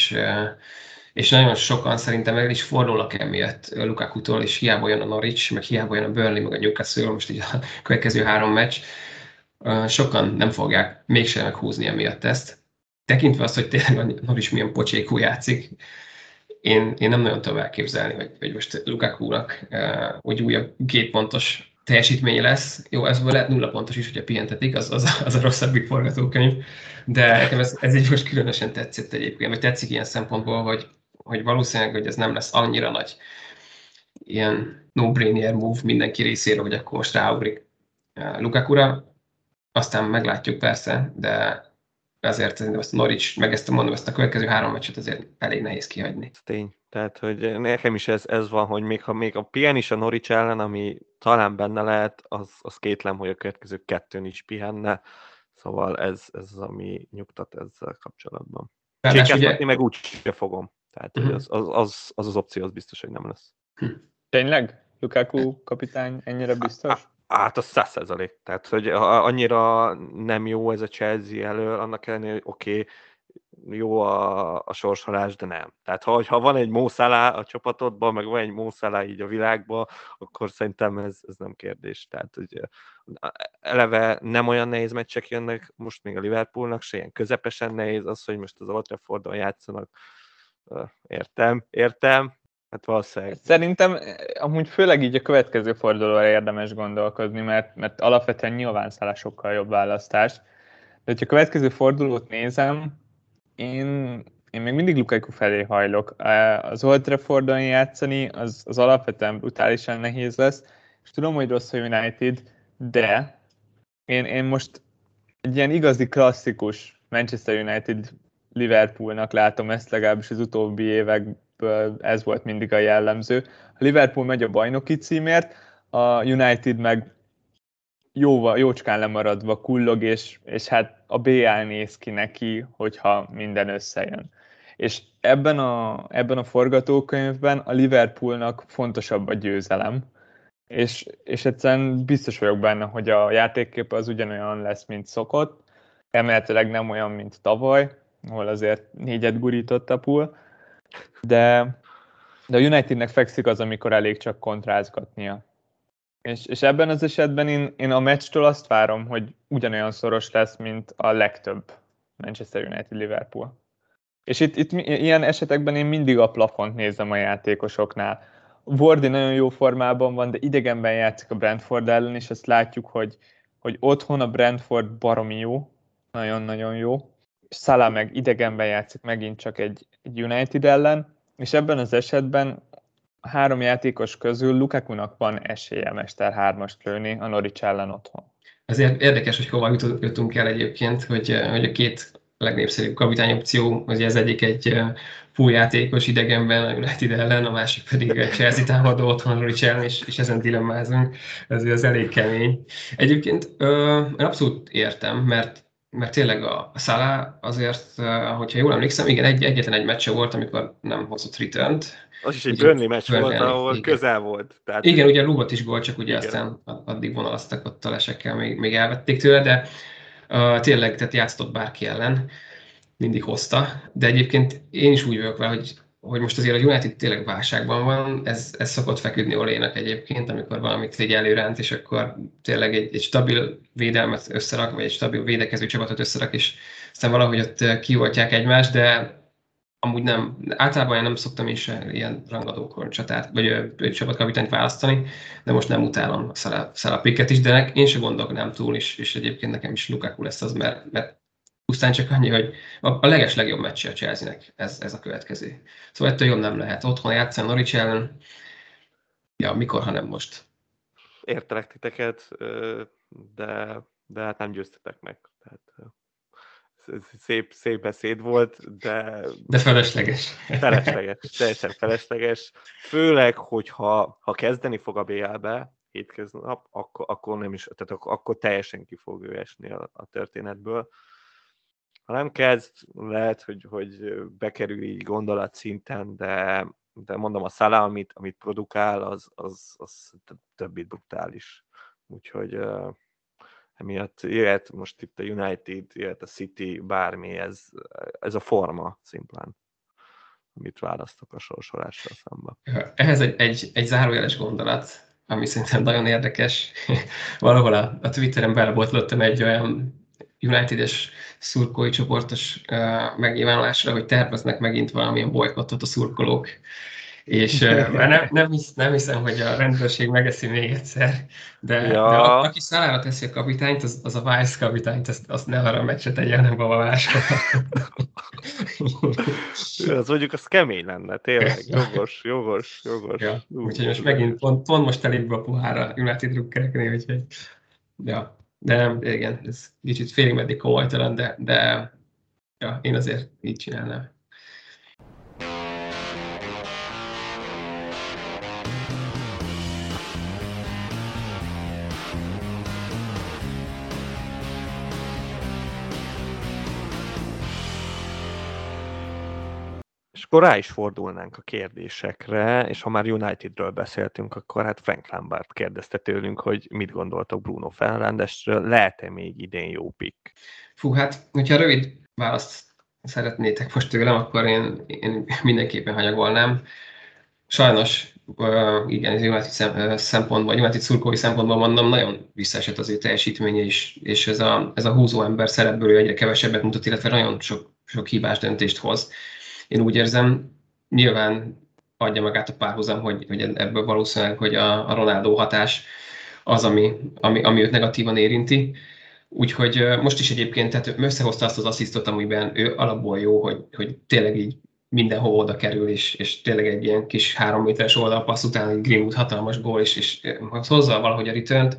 és nagyon sokan szerintem el is fordulnak emiatt Lukakutól, és hiába jön a Norwich, meg hiába jön a Burnley, meg a Newcastle, most így a következő 3 meccs, sokan nem fogják mégsem meghúzni emiatt ezt. Tekintve azt, hogy tényleg a Norwich milyen pocsékú játszik, én nem nagyon tudom elképzelni, hogy most Lukakunak hogy újabb 2 pontos teljesítmény lesz. Jó, ez lehet 0 pontos is, hogyha pihentetik, az a rosszabbik forgatókönyv, de nekem ez így most különösen tetszett egyébként, vagy tetszik ilyen szempontból, hogy valószínűleg, hogy ez nem lesz annyira nagy ilyen no-brainer move mindenki részéről, hogy akkor most ráugrik Lukakura. Aztán meglátjuk persze, de azért ezt a Norwich, meg ezt a következő 3 meccset azért elég nehéz kihagyni. Tény. Tehát, hogy nekem is ez van, hogy még a pihen is a Norwich ellen, ami talán benne lehet, az kétlem, hogy a következő 2 is pihenne. Szóval ez az, ami nyugtat ezzel kapcsolatban. Csékáztatni meg úgy se fogom. Tehát az opció az biztos, hogy nem lesz. Tényleg? Lukaku kapitány ennyire biztos? Hát az 100%. Tehát, hogy annyira nem jó ez a Chelsea elől, annak ellenére, hogy oké, jó a sorsolás, de nem. Tehát ha van egy Mo Salah a csapatodban, meg van egy Mo Salah így a világban, akkor szerintem ez nem kérdés. Tehát, hogy eleve nem olyan nehéz meccsek jönnek most még a Liverpoolnak, se ilyen közepesen nehéz az, hogy most az Old Traffordon játszanak. Értem. Hát valószínűleg. Szerintem amúgy főleg így a következő fordulóra érdemes gondolkozni, mert alapvetően nyilván Salah sokkal jobb választás. De hogyha a következő fordulót nézem, én még mindig Lukaku felé hajlok. Az Old Traffordon játszani az alapvetően brutálisan nehéz lesz, és tudom, hogy rossz a United, de én most egy ilyen igazi klasszikus Manchester United Liverpoolnak látom ezt, legalábbis az utóbbi évekből ez volt mindig a jellemző. A Liverpool megy a bajnoki címért, a United meg jócskán lemaradva kullog, és hát a BL néz ki neki, hogyha minden összejön. És ebben a forgatókönyvben a Liverpoolnak fontosabb a győzelem, és egyszerűen biztos vagyok benne, hogy a játékkép az ugyanolyan lesz, mint szokott, emeletileg nem olyan, mint tavaly, ahol azért 4-et gurított a pool, de a Unitednek fekszik az, amikor elég csak kontrázgatnia. És ebben az esetben én a meccstől azt várom, hogy ugyanolyan szoros lesz, mint a legtöbb Manchester United-Liverpool. És itt ilyen esetekben én mindig a plafont nézem a játékosoknál. Wardy nagyon jó formában van, de idegenben játszik a Brentford ellen, és azt látjuk, hogy otthon a Brentford baromi jó, nagyon-nagyon jó. Salah meg idegenben játszik megint csak egy United ellen, és ebben az esetben a 3 játékos közül Lukakunak van esélye Mester 3-ast lőni a Norwich ellen otthon. Ezért érdekes, hogy hova jutunk el egyébként, hogy a 2 legnépszerűbb kapitányopció, ugye ez egyik egy pooljátékos idegenben a United ellen, a másik pedig egy Chelsea támadó otthon Norwich ellen, és ezen dilemmázunk, ez elég kemény. Egyébként én abszolút értem, mert tényleg a Salah azért, hogyha jól emlékszem, igen, egyetlen egy meccse volt, amikor nem hozott returnt. Az is egy Burnley meccs volt, ahol igen. közel volt. Tehát igen, ugye rúgott is gól, csak ugye igen. aztán addig vonalaztak ott a lesekkel, még elvették tőle, de tényleg, tehát játszott bárki ellen, mindig hozta, de egyébként én is úgy vagyok vele, hogy most azért a United tényleg válságban van, ez szokott feküdni Olénak egyébként, amikor valamit így előránt, és akkor tényleg egy stabil védelmet összerak, vagy egy stabil védekező csapatot összerak, és aztán valahogy ott kioltják egymást, de amúgy nem, általában én nem szoktam is ilyen rangadókon csatát, vagy csapatkapitányt választani, de most nem utálom a Salah picket is, de én sem gondolnám túl, és egyébként nekem is Lukaku lesz az, mert pusztán csak annyi, hogy a legjobb meccse a Chelsea-nek ez a következő. Szóval ettől jobb nem lehet. Otthon játszani Norwich ellen, ja, mikor, ha nem most. Értelek titeket, de hát nem győztetek meg. Tehát, szép beszéd volt, de felesleges. Felesleges, teljesen felesleges. Főleg, hogyha kezdeni fog a BL-be hétköznap, akkor nem is, tehát akkor teljesen ki fog ő esni a történetből. Ha nem kezd, lehet, hogy bekerül így gondolatszinten, de mondom, a Salah, amit produkál, az többit brutális. Úgyhogy emiatt jöhet most itt a United, jöhet a City, bármi, ez a forma szimplán, amit választok a sorsolással szemben. Ehhez egy zárójeles gondolat, ami szerintem nagyon érdekes. Valahol a Twitteren belebotlottam egy olyan United-es szurkolói csoportos megnyilvánulásra, hogy terveznek megint valamilyen bolykottot a szurkolók. És nem hiszem, hogy a rendőrség megeszi még egyszer, de aki Salahra teszi a kapitányt, az a Vice kapitányt, azt ne arra a meccset tegye, hanem valami máskor. Az mondjuk, az kemény lenne, tényleg, jogos. Ja, úgyhogy most megint pont most telik be a pohár a United drukkereknél, úgyhogy ja. De igen, ez kicsit félig meddig komolytalan, de ja, én azért így csinálnám. És akkor rá is fordulnánk a kérdésekre, és ha már Unitedről beszéltünk, akkor hát Frank Lampard kérdezte tőlünk, hogy mit gondoltok Bruno Fernandesről, lehet-e még idén jó pick? Fú, hát, hogyha rövid választ szeretnétek most tőlem, akkor én mindenképpen hanyagolnám. Sajnos, igen, az United szempontból, United szurkolói szempontból mondom, nagyon visszaesett az ő teljesítménye is, és ez a húzó ember szerepből ő egyre kevesebbet mutat, illetve nagyon sok hibás döntést hoz. Én úgy érzem, nyilván adja magát a párhuzam, hogy ebből valószínűleg, hogy a Ronaldo hatás az, ami őt negatívan érinti. Úgyhogy most is egyébként, tehát összehozta azt az asszisztot, amiben ő alapból jó, hogy tényleg így mindenhol oda kerül, és tényleg egy ilyen kis 3 méteres oldalpassz után egy Greenwood hatalmas gól, és hozza valahogy a returnt,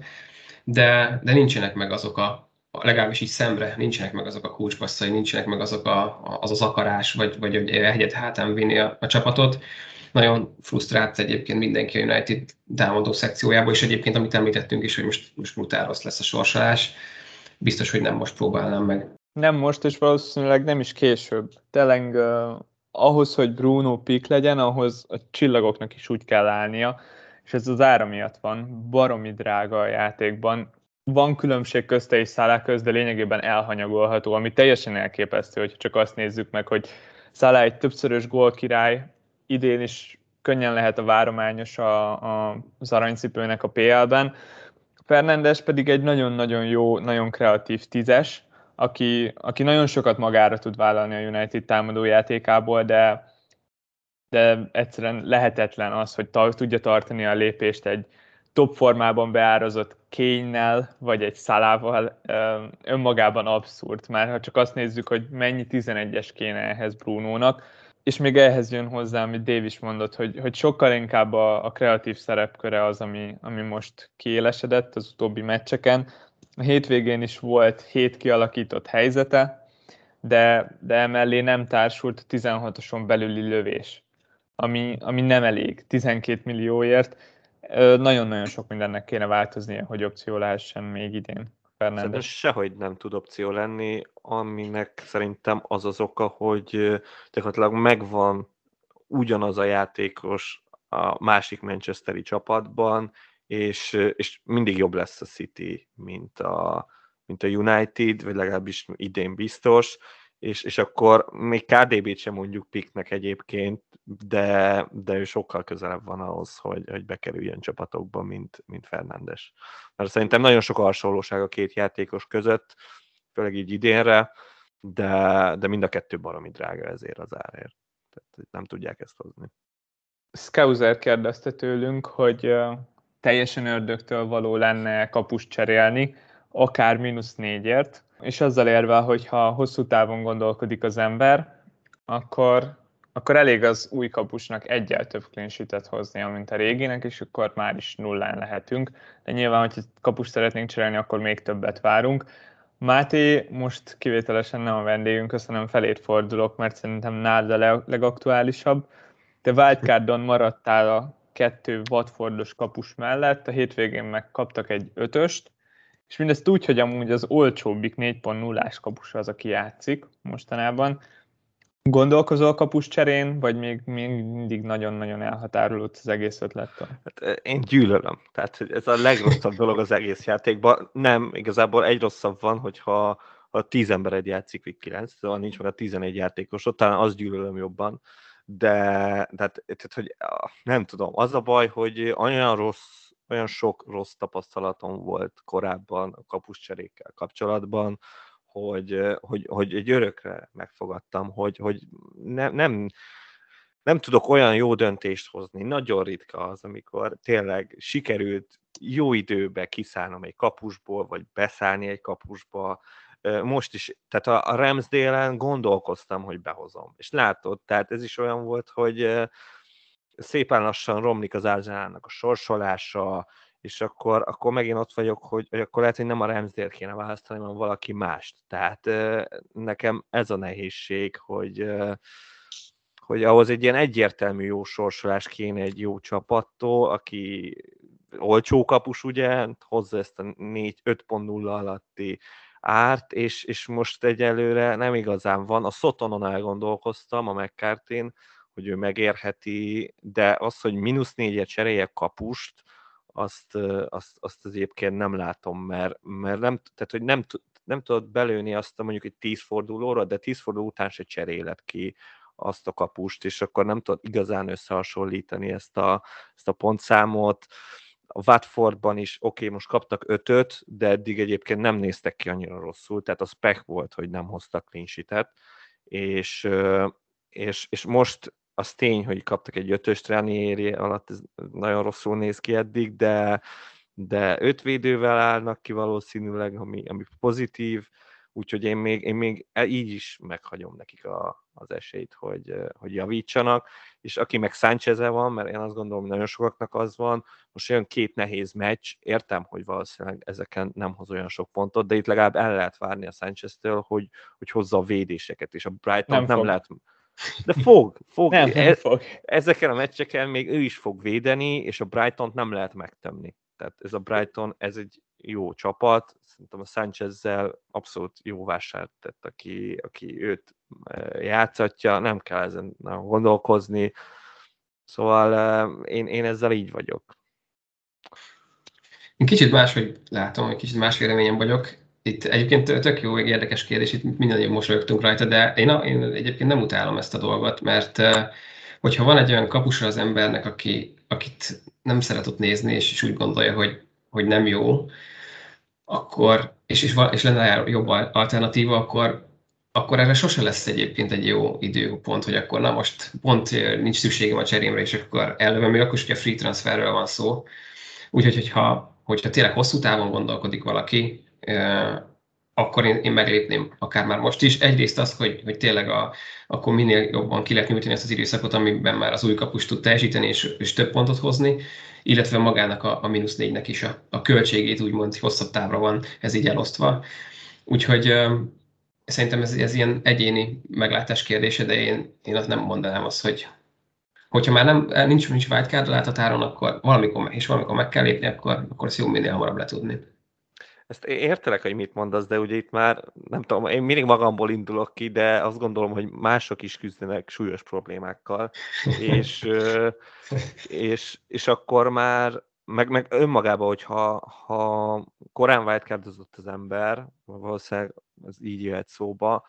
de nincsenek meg azok legalábbis így szemre nincsenek meg azok a kulcspasszai, nincsenek meg az az akarás, vagy hogy egyet hátán vinni a csapatot. Nagyon frusztrált egyébként mindenki a United támadó szekciójából, és egyébként amit említettünk is, hogy most brutál rossz lesz a sorsolás. Biztos, hogy nem most próbálnám meg. Nem most, és valószínűleg nem is később. Tényleg ahhoz, hogy Bruno pick legyen, ahhoz a csillagoknak is úgy kell állnia, és ez az ára miatt van, baromi drága a játékban. Van különbség közte és Salah közt, de lényegében elhanyagolható, ami teljesen elképesztő, hogy csak azt nézzük meg, hogy Salah egy többszörös gólkirály, idén is könnyen lehet a várományos az aranycipőnek a PL-ben. Fernandes pedig egy nagyon-nagyon jó, nagyon kreatív 10-es, aki nagyon sokat magára tud vállalni a United támadójátékából, de egyszerűen lehetetlen az, hogy tudja tartani a lépést egy top formában beárazott Kane-nel, vagy egy Salahval, önmagában abszurd. Már ha csak azt nézzük, hogy mennyi 11-es kéne ehhez Brunónak, és még ehhez jön hozzá, amit Dave is mondott, hogy sokkal inkább a kreatív szerepköre az, ami most kiélesedett az utóbbi meccseken. A hétvégén is volt 7 kialakított helyzete, de emellé nem társult a 16-oson belüli lövés, ami nem elég 12 millióért. Nagyon-nagyon sok mindennek kéne változnia, hogy opció lehessen még idén Szerintem Fernandes. sehogy nem tud opció lenni, aminek szerintem az az oka, hogy gyakorlatilag megvan ugyanaz a játékos a másik manchesteri csapatban, és mindig jobb lesz a City, mint a United, vagy legalábbis idén biztos, és akkor még KDB-t sem mondjuk piknek egyébként, de ő sokkal közelebb van ahhoz, hogy bekerüljön csapatokba, mint Fernandes. Mert szerintem nagyon sok hasonlóság a két játékos között, főleg így idénre, de mind a kettő baromi drága ezért az árért. Tehát nem tudják ezt hozni. Skouser kérdezte tőlünk, hogy teljesen ördögtől való lenne kapust cserélni, akár -4-ért, és azzal érve, hogyha hosszú távon gondolkodik az ember, akkor elég az új kapusnak egyel több clean sheetet hoznia, mint a réginek, és akkor már is nullán lehetünk. De nyilván, hogyha kapust szeretnénk cserélni, akkor még többet várunk. Máté, most kivételesen nem a vendégünk, köszönöm, felét fordulok, mert szerintem nálad a legaktuálisabb. Te wildcardon maradtál a 2 Watfordos kapus mellett, a hétvégén meg kaptak egy 5-öst, és mindezt úgy, hogy amúgy az olcsóbbik 4.0-ás kapus az, aki játszik mostanában. Gondolkozol kapus cserén, vagy még mindig nagyon-nagyon elhatárolódsz az egész ötlettől? Hát én gyűlölöm. Tehát ez a legrosszabb dolog az egész játékban. Nem, igazából egy rosszabb van, hogyha 10 embered játszik, vagy 9, szóval nincs meg a 11 játékos, ott talán azt gyűlölöm jobban. Tehát, hogy nem tudom, az a baj, hogy olyan sok rossz tapasztalatom volt korábban a kapuscserékkel kapcsolatban, hogy egy örökre megfogadtam, hogy nem tudok olyan jó döntést hozni. Nagyon ritka az, amikor tényleg sikerült jó időbe kiszállnom egy kapusból, vagy beszállni egy kapusba. Most is, tehát a Ramsdale-en gondolkoztam, hogy behozom. És látod, tehát ez is olyan volt, hogy szépen lassan romlik az Arsenalnak a sorsolása, és akkor megint ott vagyok, hogy akkor lehet, hogy nem a Ramsdale-t kéne választani, hanem valaki mást. Tehát nekem ez a nehézség, hogy ahhoz egy ilyen egyértelmű jó sorsolás kéne egy jó csapattól, aki olcsó kapus, ugye, hozza ezt a 5.0 alatti árt, és most egyelőre nem igazán van. A Sotonon elgondolkoztam, a McCarthy-n, hogy ő megérheti, de az, hogy -4-et cserélje kapust, azt egyébként nem látom, mert nem, tehát, hogy nem tudod belőni azt a mondjuk egy 10 fordulóra, de 10 forduló után se cseréled ki azt a kapust, és akkor nem tudod igazán összehasonlítani ezt a pontszámot. A Watfordban is, oké, most kaptak 5-öt, de eddig egyébként nem néztek ki annyira rosszul, tehát az pech volt, hogy nem hoztak clean sheetet, és most az tény, hogy kaptak egy 5-öst Ranieri alatt, ez nagyon rosszul néz ki eddig, de 5 védővel állnak ki valószínűleg, ami pozitív, úgyhogy én még így is meghagyom nekik az esélyt, hogy javítsanak, és aki meg Sánchez-e van, mert én azt gondolom, hogy nagyon sokaknak az van, most olyan 2 nehéz meccs, értem, hogy valószínűleg ezeken nem hoz olyan sok pontot, de itt legalább el lehet várni a Sánchez-től, hogy hozza a védéseket, és a Brighton nem lehet... De fog. Nem fog. Ezeken a meccseken még ő is fog védeni, és a Brightont nem lehet megtömni. Tehát ez a Brighton, ez egy jó csapat, szerintem a Sánchezzel abszolút jó vásárt tett, aki őt játszatja, nem kell ezen gondolkozni, szóval én ezzel így vagyok. Én kicsit máshogy látom, egy kicsit más véleményem vagyok. Itt egyébként tök jó, érdekes kérdés, itt mindannyian mosolyogtunk rajta, de én egyébként nem utálom ezt a dolgot, mert hogyha van egy olyan kapusa az embernek, akit nem szeret ott nézni, és úgy gondolja, hogy nem jó, akkor, és lenne jobb alternatíva, akkor erre sose lesz egyébként egy jó időpont, hogy akkor na most pont nincs szükségem a cserémre, és akkor ellövöm, még akkor is, hogy a free transferről van szó. Úgyhogy, hogyha tényleg hosszú távon gondolkodik valaki, akkor én meglépném akár már most is. Egyrészt az, hogy tényleg akkor minél jobban ki lehet nyújtani ezt az időszakot, amiben már az új kapus tud teljesíteni és több pontot hozni, illetve magának a -4-nek is a költségét úgymond hosszabb távra van ez így elosztva. Úgyhogy szerintem ez ilyen egyéni meglátás kérdése, de én azt nem mondanám azt, hogy hogyha már nincs wildcard láthatáron, akkor valamikor meg kell lépni, akkor ezt jó minél hamarabb letudni. Ezt értelek, hogy mit mondasz, de ugye itt már, nem tudom, én mindig magamból indulok ki, de azt gondolom, hogy mások is küzdenek súlyos problémákkal, és, és akkor már, meg önmagában, ha korán wildcardozott az ember, valószínűleg ez így jöhet szóba,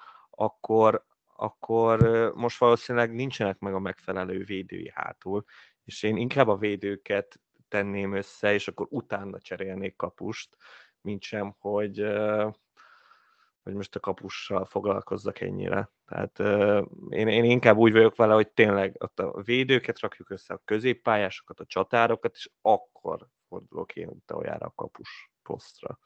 akkor most valószínűleg nincsenek meg a megfelelő védői hátul, és én inkább a védőket tenném össze, és akkor utána cserélnék kapust, mint sem, hogy most a kapussal foglalkozzak ennyire. Tehát én inkább úgy vagyok vele, hogy tényleg a védőket rakjuk össze, a középpályásokat, a csatárokat, és akkor fordulok én utoljára a kapus posztra.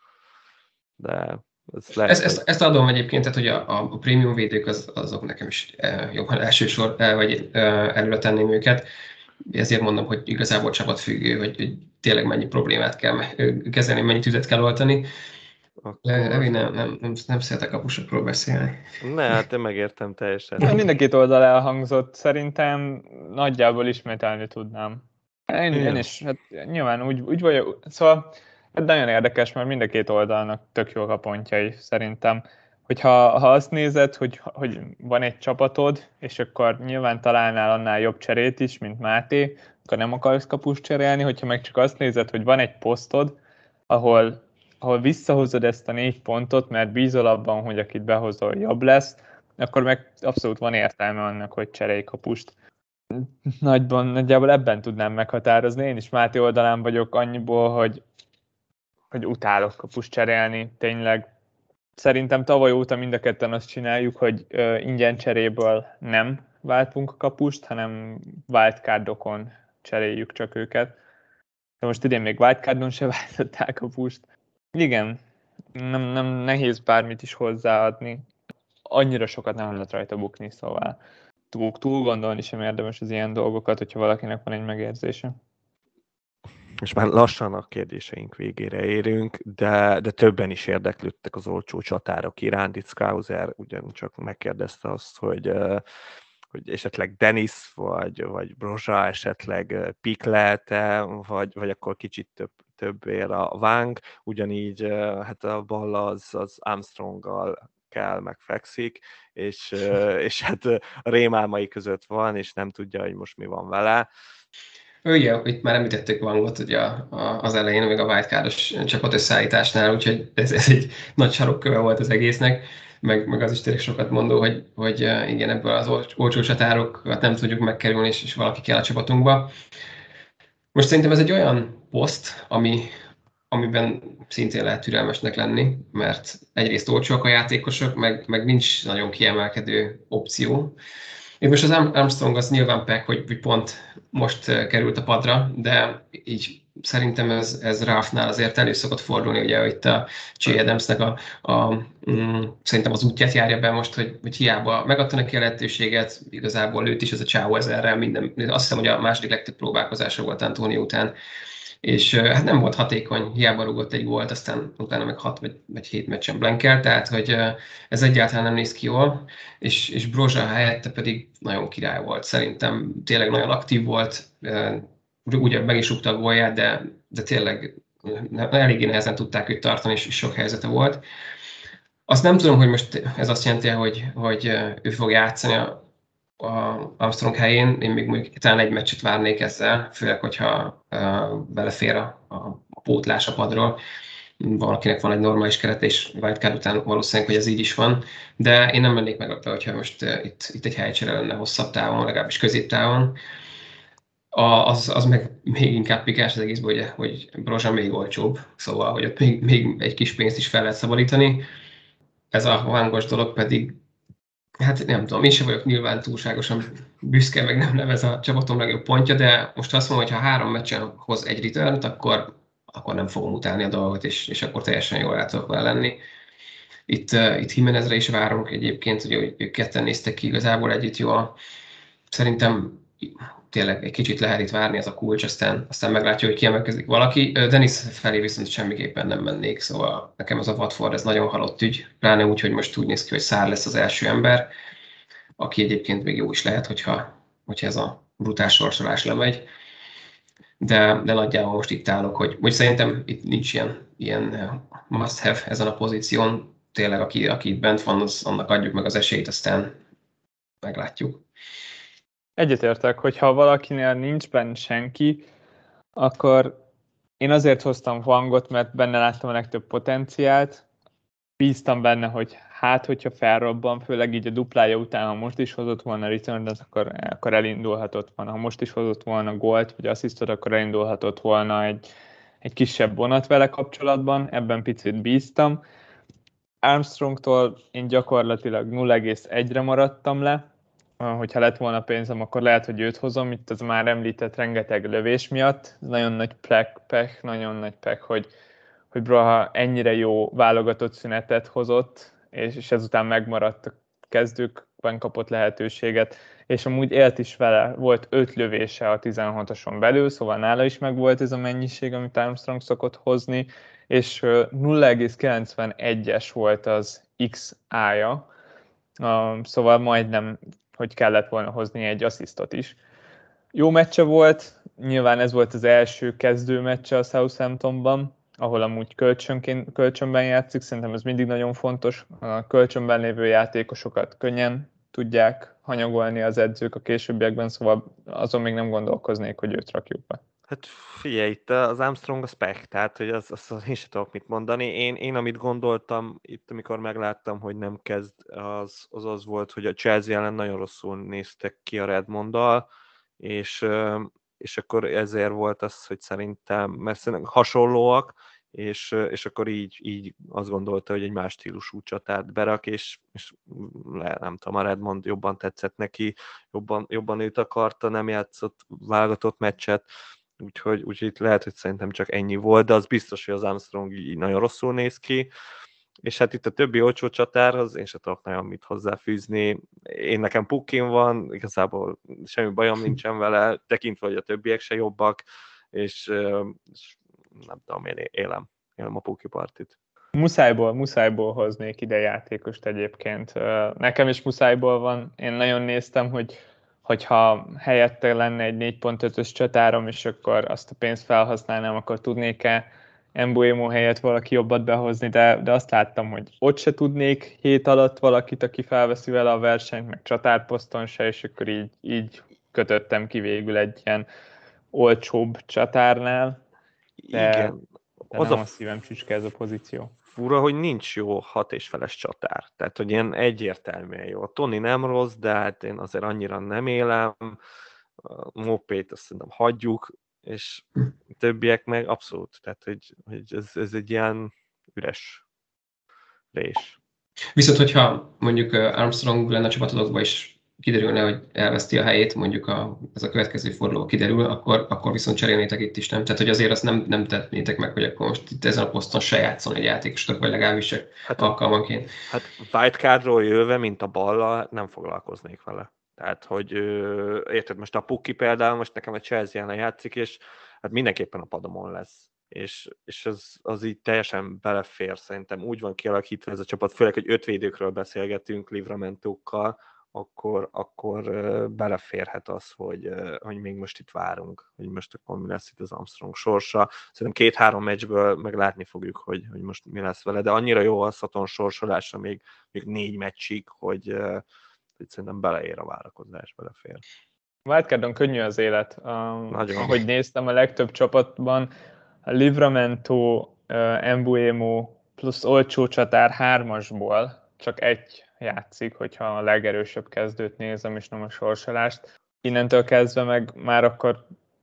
De ez lehet, ezt adom egyébként, tehát hogy a prémium védők azok nekem is jobban elsősor, vagy előre tenném őket. Ezért mondom, hogy igazából csapatfüggő, hogy tényleg mennyi problémát kell kezelni, mennyi tüzet kell oltani. Levi nem szeretek kapusokról beszélni. Ne, hát én megértem teljesen. Mind a két oldal elhangzott, szerintem nagyjából ismételni tudnám. Én is, hát nyilván úgy vagyok, szóval ez nagyon érdekes, mert mind a két oldalnak tök jók a pontjai szerintem. Hogyha azt nézed, hogy van egy csapatod, és akkor nyilván találnál annál jobb cserét is, mint Máté, akkor nem akarsz kapust cserélni, hogyha meg csak azt nézed, hogy van egy posztod, ahol visszahozod ezt a 4 pontot, mert bízol abban, hogy akit behozol jobb lesz, akkor meg abszolút van értelme annak, hogy cserélj kapust. Nagyjából ebben tudnám meghatározni. Én is Máté oldalán vagyok annyiból, hogy utálok kapust cserélni. Tényleg szerintem tavaly óta mind a ketten azt csináljuk, hogy ingyen cseréből nem váltunk kapust, hanem wildcardokon cseréljük csak őket. De most idén még wildcardon se váltották kapust. Igen, nem nehéz bármit is hozzáadni. Annyira sokat nem lehet rajta bukni, szóval túl gondolni sem érdemes az ilyen dolgokat, hogyha valakinek van egy megérzése. És már lassan a kérdéseink végére érünk, de többen is érdeklődtek az olcsó csatárok iránt. Itt Skauser ugyancsak megkérdezte azt, hogy esetleg Dennis vagy Brozsa esetleg pik lehet-e, vagy akkor kicsit több ér a Wang. Ugyanígy hát a Balla az Armstronggal kell, megfekszik, és hát a rémálmai között van, és nem tudja, hogy most mi van vele. Ugye, itt már említettük Wangot ugye az elején, még a wildcardos csapat összeállításnál, úgyhogy ez egy nagy sarokköve volt az egésznek, meg az is tényleg sokat mondó, hogy igen, ebből az olcsó csatárokat nem tudjuk megkerülni, és valaki kell a csapatunkba. Most szerintem ez egy olyan poszt, amiben szintén lehet türelmesnek lenni, mert egyrészt olcsóak a játékosok, meg nincs nagyon kiemelkedő opció. Itt most az Armstrong az nyilván pek, hogy pont most került a padra, de így szerintem ez Ralphnál azért elő szokott fordulni, ugye itt a Che Adamsnek szerintem az útját járja be most, hogy hiába megadta neki a lehetőséget, igazából őt is ez a Chao ezerrel, azt hiszem, hogy a második legtöbb próbálkozása volt Antonio után, és hát nem volt hatékony, hiába rúgott egy gólt, aztán utána meg 6 vagy 7 meccsen blankel, tehát hogy ez egyáltalán nem néz ki jól, és Brozsa helyette pedig nagyon király volt. Szerintem tényleg nagyon aktív volt, ugye meg is rúgta a gólját, de tényleg eléggé nehezen tudták őt tartani, és sok helyzete volt. Azt nem tudom, hogy most ez azt jelenti, hogy ő fog játszani a Armstrong helyén, én még mondjuk talán egy meccset várnék ezzel, főleg, hogyha belefér a pótlás a padról. Valakinek van egy normális keret, és wildcard után valószínűleg, hogy ez így is van, de én nem mennék meglepve, hogyha most itt egy helycsere lenne hosszabb távon, legalábbis középtávon. Az meg még inkább pikás az egészben, ugye, hogy Brozsa még olcsóbb, szóval, hogy ott még egy kis pénzt is fel lehet szabadítani. Ez a Wangos dolog pedig, hát nem tudom, én sem vagyok nyilván túlságosan büszke, meg nem ez a csapatom legjobb pontja, de most azt mondom, hogy ha 3 meccsen hoz egy return-t, akkor nem fogom utálni a dolgot, és akkor teljesen jól rá tudok vele lenni. Itt Jimenezre is várunk egyébként, ugye ők ketten néztek ki igazából együtt jól. Szerintem tényleg egy kicsit lehet itt várni, ez a kulcs, aztán meglátja, hogy kiemelkezik valaki. Dennis felé viszont semmiképpen nem mennék, szóval nekem ez a Watford, ez nagyon halott ügy, pláne úgy, hogy most úgy néz ki, hogy Sarr lesz az első ember, aki egyébként még jó is lehet, hogyha ez a brutál sorsolás lemegy. De nagyjából most itt állok, hogy szerintem itt nincs ilyen must-have ezen a pozíción. Tényleg, aki itt bent van, annak adjuk meg az esélyt, aztán meglátjuk. Egyetértek, hogyha valakinél nincs benne senki, akkor én azért hoztam Hwangot, mert benne láttam a legtöbb potenciált. Bíztam benne, hogy hogyha felrobban, főleg így a duplája után, ha most is hozott volna return, akkor elindulhatott volna. Ha most is hozott volna gólt, vagy asszisztot, akkor elindulhatott volna egy kisebb vonat vele kapcsolatban. Ebben picit bíztam. Armstrongtól én gyakorlatilag 0,1-re maradtam le. Hogyha lett volna pénzem, akkor lehet, hogy őt hozom, itt az már említett rengeteg lövés miatt. Nagyon nagy pech, hogy Braha ennyire jó válogatott szünetet hozott, és ezután megmaradt a kezdőkben kapott lehetőséget, és amúgy élt is vele, volt 5 lövése a 16-oson belül, szóval nála is megvolt ez a mennyiség, amit Armstrong szokott hozni, és 0,91-es volt az XA-ja, szóval majdnem, hogy kellett volna hozni egy asszisztot is. Jó meccse volt, nyilván ez volt az első kezdő meccse a Southamptonban, ahol amúgy kölcsönben játszik, szerintem ez mindig nagyon fontos. A kölcsönben lévő játékosokat könnyen tudják hanyagolni az edzők a későbbiekben, szóval azon még nem gondolkoznék, hogy őt rakjuk be. Hát figyelj, itt az Armstrong a spec, tehát hogy azt én sem tudok mit mondani. Én amit gondoltam itt, amikor megláttam, hogy nem kezd, az volt, hogy a Chelsea ellen nagyon rosszul néztek ki a Redmonddal, és akkor ezért volt az, hogy szerintem, mert szerintem hasonlóak, és akkor így azt gondolta, hogy egy más stílusú csatát berak, és nem tudom, a Redmond jobban tetszett neki, jobban őt akarta, nem játszott válogatott meccset, úgyhogy itt lehet, hogy szerintem csak ennyi volt, de az biztos, hogy az Armstrong így nagyon rosszul néz ki, és hát itt a többi olcsó csatárhoz én sem tudok nagyon mit hozzáfűzni. Nekem Pukkin van, igazából semmi bajom nincsen vele, tekintve, hogy a többiek se jobbak, és nem tudom, én élem a Pukki partit. Muszájból hoznék ide játékost egyébként. Nekem is muszájból van. Én nagyon néztem, hogyha helyette lenne egy 4.5-ös csatárom, és akkor azt a pénzt felhasználnám, akkor tudnék-e Mbeumo helyett valaki jobbat behozni, de azt láttam, hogy ott se tudnék 7 alatt valakit, aki felveszi vele a versenyt, meg csatárposzton se, és akkor így kötöttem ki végül egy ilyen olcsóbb csatárnál. Igen. De nem a szívem csücske ez a pozíció. Fura, hogy nincs jó 6,5-es csatár. Tehát, hogy ilyen egyértelműen jó. A Toni nem rossz, de hát én azért annyira nem élem. A Mopét azt szerintem hagyjuk, és a többiek meg abszolút. Tehát, hogy ez egy ilyen üres rés. Viszont, hogyha mondjuk Armstrong lenne a csapatodokban, és kiderülne, hogy elveszti a helyét, mondjuk ez a következő forduló kiderül, akkor viszont cserélnétek itt is, nem? Tehát, hogy azért azt nem tennétek meg, hogy akkor most itt ezen a poszton se játszon egy játékostok, vagy legalábbis csak alkalmanként. Hát wildcardról jöve, mint a balla, nem foglalkoznék vele. Tehát, hogy érted, most a Pukki például, most nekem a Chelsea ellen játszik, és hát mindenképpen a padomon lesz. És az így teljesen belefér, szerintem úgy van kialakítva ez a csapat, főleg, hogy 5 védőkről beszélgetünk, Livramentókkal, akkor beleférhet az, hogy még most itt várunk, hogy most akkor mi lesz itt az Armstrong sorsa. Szerintem 2-3 meccsből meg látni fogjuk, hogy most mi lesz vele, de annyira jó a Saturn sorsolása még 4 meccsig, hogy szerintem beleér a várakozás, belefér. Wildcardon könnyű az élet. Ahogy néztem, a legtöbb csapatban a Livramento, Mbeumo plusz olcsó csatár 3-asból csak egy játszik, hogyha a legerősebb kezdőt nézem, és nem a sorsolást. Innentől kezdve meg már akkor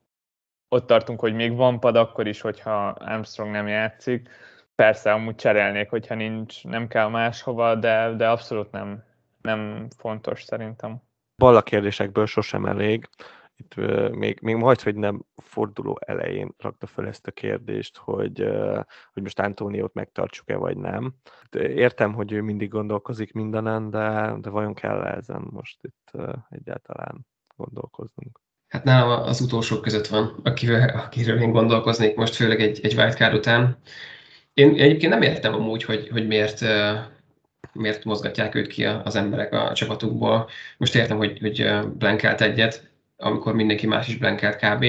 ott tartunk, hogy még van pad akkor is, hogyha Armstrong nem játszik. Persze, amúgy cserélnék, hogyha nem kell máshova, de abszolút nem fontos szerintem. Balla kérdésekből sosem elég. Itt még majd, hogy nem forduló elején rakta fel ezt a kérdést, hogy most Antóniót megtartsuk-e, vagy nem. Értem, hogy ő mindig gondolkozik mindenen, de vajon kell ezen most itt egyáltalán gondolkoznunk? Hát nálam az utolsók között van, akiről én gondolkoznék most, főleg egy wildcard után. Én egyébként nem értem amúgy, hogy miért mozgatják őt ki az emberek a csapatukból. Most értem, hogy blankelt egyet, amikor mindenki más is blankelt kb.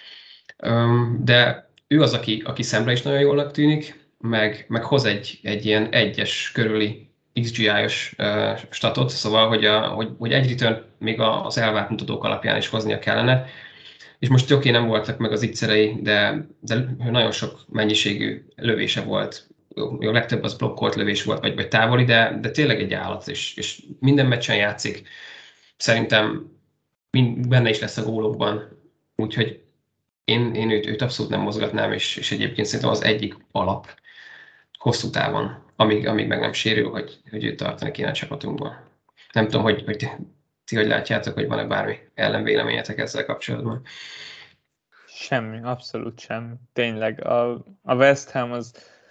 De ő az, aki szemre is nagyon jólnak tűnik, meg hoz egy ilyen egyes körüli XGI-os statot, szóval, hogy egy return még az elvárt mutatók alapján is hoznia kellene. És most oké, nem voltak meg az x-erei, de nagyon sok mennyiségű lövése volt. Jó, legtöbb az blokkolt lövés volt, vagy távoli, de tényleg egy állat, és minden meccsen játszik. Szerintem benne is lesz a gólokban. Úgyhogy én őt abszolút nem mozgatnám, és egyébként szerintem az egyik alap hosszú távon, amíg meg nem sérül, hogy őt tartani kéne a csapatunkban. Nem tudom, hogy ti hogy látjátok, hogy van-e bármi ellenvéleményetek ezzel kapcsolatban. Semmi, abszolút semmi. Tényleg, a West Ham az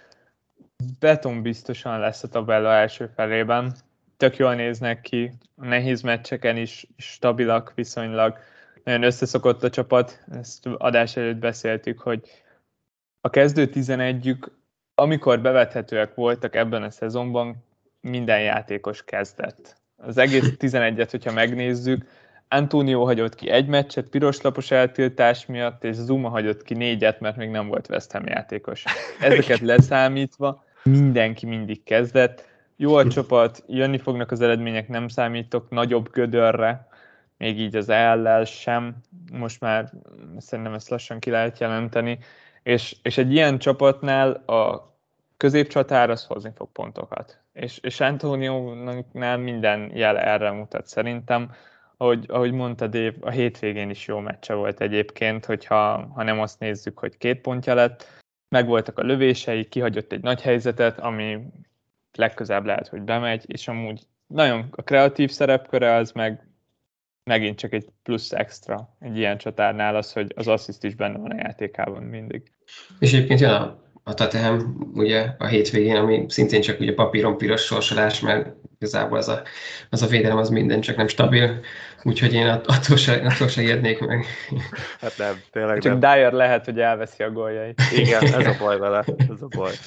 betonbiztosan lesz a tabella első felében. Tök jól néznek ki, a nehéz meccseken is stabilak viszonylag. Nagyon összeszokott a csapat, ezt adás előtt beszéltük, hogy a kezdő 11-jük, amikor bevethetőek voltak ebben a szezonban, minden játékos kezdett. Az egész 11-et, hogyha megnézzük, Antonio hagyott ki egy meccset piroslapos eltiltás miatt, és Zuma hagyott ki 4-et, mert még nem volt West Ham játékos. Ezeket leszámítva mindenki mindig kezdett. Jó a csapat, jönni fognak az eredmények, nem számítok nagyobb gödörre, még így az EL-lel sem. Most már szerintem ezt lassan ki lehet jelenteni. És egy ilyen csapatnál a középcsatár az hozni fog pontokat. És Antonio-nál minden jel erre mutat szerintem. Ahogy mondta Dave, a hétvégén is jó meccse volt egyébként, hogyha nem azt nézzük, hogy 2 pontja lett. Megvoltak a lövései, kihagyott egy nagy helyzetet, ami legközelebb lehet, hogy bemegy, és amúgy nagyon a kreatív szerepköre az megint csak egy plusz extra egy ilyen csatárnál az, hogy az assziszt is benne van a játékában mindig. És egyébként jön a Tottenham ugye a hétvégén, ami szintén csak ugye papíron piros sorsolás, mert igazából az a védelem az minden, csak nem stabil, úgyhogy én attól se ijednék meg. Hát nem, tényleg csak nem. Dyer lehet, hogy elveszi a góljait. Igen, ez a baj vele, ez a baj.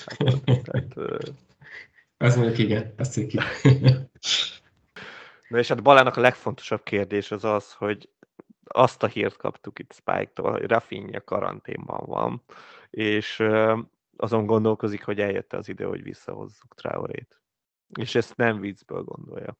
Az mondjuk igen, azt így. Na és hát Balának a legfontosabb kérdés az, hogy azt a hírt kaptuk itt Spike-tól, hogy Rafinha karanténban van, és azon gondolkozik, hogy eljött az idő, hogy visszahozzuk Traorét. És ezt nem viccből gondolja.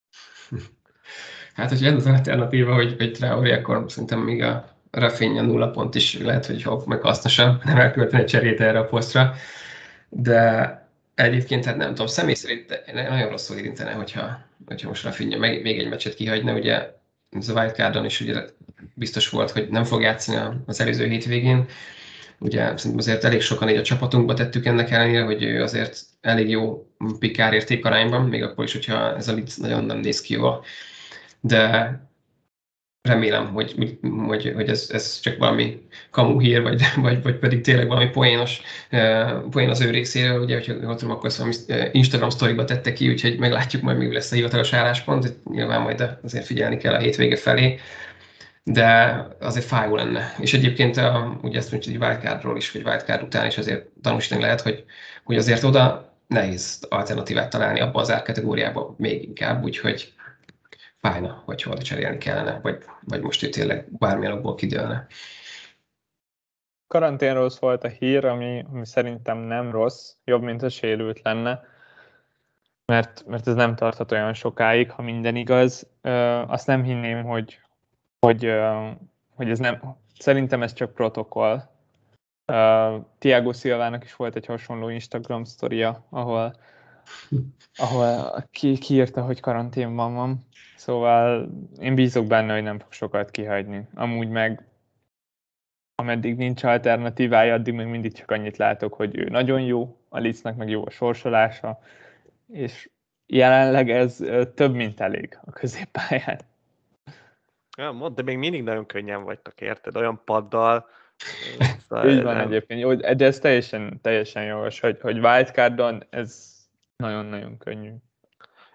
Hát, hogy ez az alternatíva, hogy Traoré, akkor szerintem még a Rafinha 0 pont is lehet, hogy meg hasznosabb, nem elkölteni cserét erre a posztra. De egyébként, hát nem tudom, személy szerint nagyon rosszul érintene, hogyha most Rafinha még egy meccset kihagyna, ugye ez a wildcardon is ugye biztos volt, hogy nem fog játszani az előző hétvégén. Ugye szerintem azért elég sokan így a csapatunkba tettük ennek ellenére, hogy ő azért elég jó pikár értékarányban, még akkor is, hogyha ez a Leeds nagyon nem néz ki jól. De remélem, hogy ez csak valami kamu hír, vagy pedig tényleg valami poén az ő részéről, ugye, hogyha jól tudom, akkor ezt valami Instagram sztoriba tette ki, úgyhogy meglátjuk majd, mi lesz a hivatalos álláspont, nyilván majd azért figyelni kell a hétvége felé, de azért fájó lenne. És egyébként ugye ezt mondjuk egy wildcardról is, vagy wildcard után is azért tanúsítani lehet, hogy azért oda nehéz alternatívát találni abba az árkategóriába még inkább, úgyhogy fájna, hogy hol cserélni kellene, vagy most ő tényleg bármilyen okból kidőlne. Karanténról volt a hír, ami szerintem nem rossz, jobb, mint ha sérült lenne, mert ez nem tarthat olyan sokáig, ha minden igaz. Azt nem hinném, hogy ez nem, szerintem ez csak protokoll. Thiago Silvának is volt egy hasonló Instagram sztoria, ahol kiírta, hogy karanténban van. Szóval én bízok benne, hogy nem fog sokat kihagyni. Amúgy meg, ameddig nincs alternatívája, addig még mindig csak annyit látok, hogy ő nagyon jó, a Leedsnek meg jó a sorsolása, és jelenleg ez több, mint elég a középpályán. Ja, de még mindig nagyon könnyen vagytok, érted? Olyan paddal. Így van egyébként, jó, de ez teljesen jogos, hogy wildcardon ez nagyon-nagyon könnyű.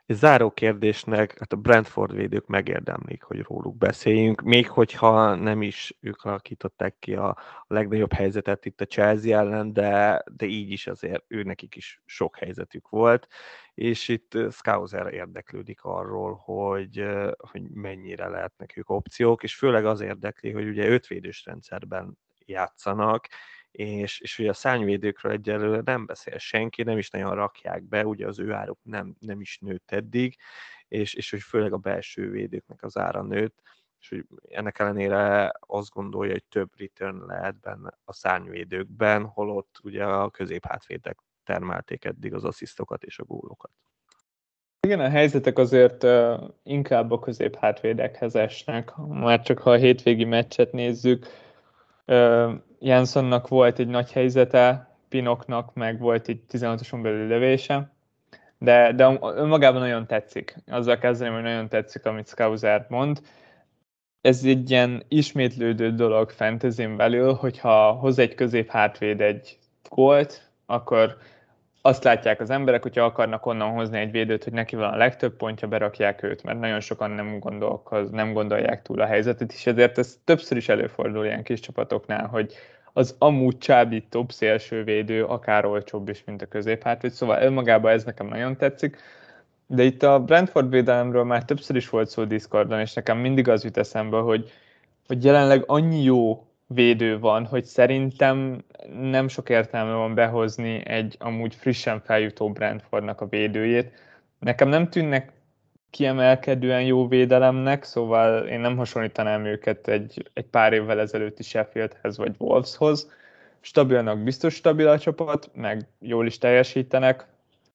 És záró kérdésnek, hát a Brentford védők megérdemlik, hogy róluk beszéljünk, még hogyha nem is ők alakították ki a legnagyobb helyzetet itt a Chelsea ellen, de így is azért őnekik is sok helyzetük volt, és itt Scouser érdeklődik arról, hogy mennyire lehetnek ők opciók, és főleg az érdekli, hogy ugye ötvédős rendszerben játszanak, és ugye a szárnyvédőkről egyelőre nem beszél senki, nem is nagyon rakják be, ugye az ő áruk nem is nőtt eddig, és hogy főleg a belső védőknek az ára nőtt, és hogy ennek ellenére azt gondolja, hogy több return lehet benne a szárnyvédőkben, holott ugye a középhátvédek termelték eddig az asszisztokat és a gólokat. Igen, a helyzetek azért inkább a középhátvédekhez esnek, már csak ha a hétvégi meccset nézzük. Janssonnak volt egy nagy helyzete, Pinoknak meg volt egy 16-oson belül lövése, de önmagában nagyon tetszik. Azzal kezdeném, hogy nagyon tetszik, amit Scouser mond. Ez egy ilyen ismétlődő dolog fantasyn belül, hogyha hoz egy középhátvéd egy gólt, akkor azt látják az emberek, hogyha akarnak onnan hozni egy védőt, hogy neki van a legtöbb pontja, berakják őt, mert nagyon sokan nem gondolják túl a helyzetet, és ezért ez többször is előfordul ilyen kis csapatoknál, hogy az amúgy csábítóbb szélső védő akár olcsóbb is, mint a középhátvéd, szóval önmagában ez nekem nagyon tetszik. De itt a Brentford védelemről már többször is volt szó Discordon, és nekem mindig az jut eszembe, hogy jelenleg annyi jó védő van, hogy szerintem nem sok értelme van behozni egy amúgy frissen feljutó Brentfordnak a védőjét. Nekem nem tűnnek kiemelkedően jó védelemnek, szóval én nem hasonlítanám őket egy pár évvel ezelőtti Sheffieldhez vagy Wolveshoz. Stabilnak biztos stabil a csapat, meg jól is teljesítenek,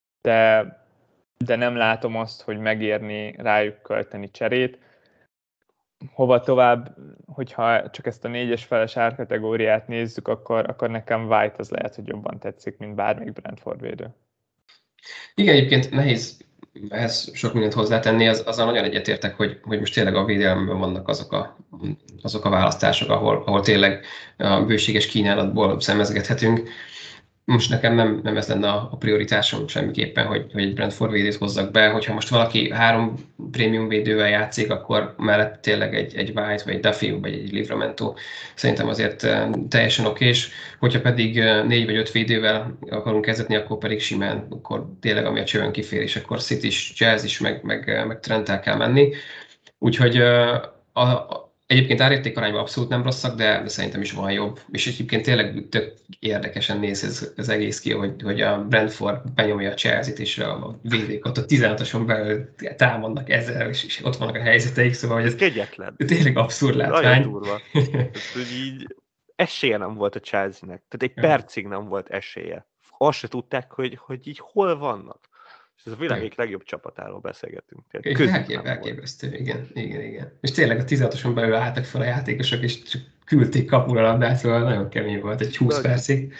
de nem látom azt, hogy megérni rájuk költeni cserét. Hova tovább, hogyha csak ezt a 4-es feles árkategóriát nézzük, akkor nekem White az lehet, hogy jobban tetszik, mint bármelyik Brentford védő. Igen, egyébként nehéz ehhez sok mindent hozzátenni, azzal nagyon egyetértek, hogy most tényleg a védelemben vannak azok a választások, ahol tényleg a bőséges kínálatból szemezgethetünk. Most nekem nem ez lenne a prioritásom semmiképpen, hogy egy Brentford védőt hozzak be. Hogyha most valaki 3 prémium védővel játszik, akkor mellett tényleg egy White, vagy egy Duffy, vagy egy Livramento szerintem azért teljesen okés. Hogyha pedig 4 vagy 5 védővel akarunk kezdetni, akkor pedig simán, akkor tényleg ami a csövön kifér, és akkor City is, Jazz is, meg Trent-tel kell menni. Úgyhogy egyébként árértékarányban abszolút nem rosszak, de szerintem is van jobb. És egyébként tényleg tök érdekesen néz ez egész ki, hogy a Brentford benyomja a Chelsea-t, és a védők ott a 16-oson belül támadnak ezzel, és ott vannak a helyzeteik, szóval hogy ez kegyetlen. Tényleg abszurd látvány. Nagyon durva. Hogy így esélye nem volt a Chelsea-nek. Tehát egy percig nem volt esélye. Azt se tudták, hogy így hol vannak. És ez a világ egyik legjobb csapatáról beszélgetünk. Elképesztő, igen. És tényleg a 16-oson belül álltak fel a játékosok, és csak küldték kapura a labdát, szóval nagyon kemény volt, egy 20 percig.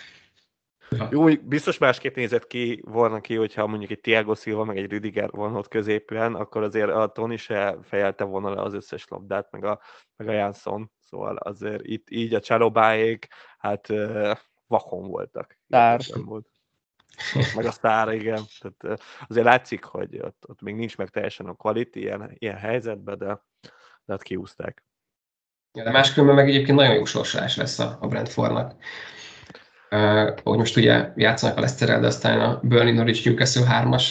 Jó, biztos másképp nézett ki volna ki, hogyha mondjuk egy Thiago Silva, meg egy Rüdiger van ott középen, akkor azért a Toni se fejelte volna le az összes labdát, meg a Jansson. Szóval azért itt így a Csalobáék, hát vakon voltak. Volt. Meg a sztár, igen. Tehát azért látszik, hogy ott még nincs meg teljesen a quality ilyen helyzetben, de hát kiúzták. Ja, de máskülönben meg egyébként nagyon jó sorsolás lesz a Brentfordnak. Hogy most ugye játszanak a Leicesterrel, de aztán a Burnley, Norwich, Newcastle 3-as,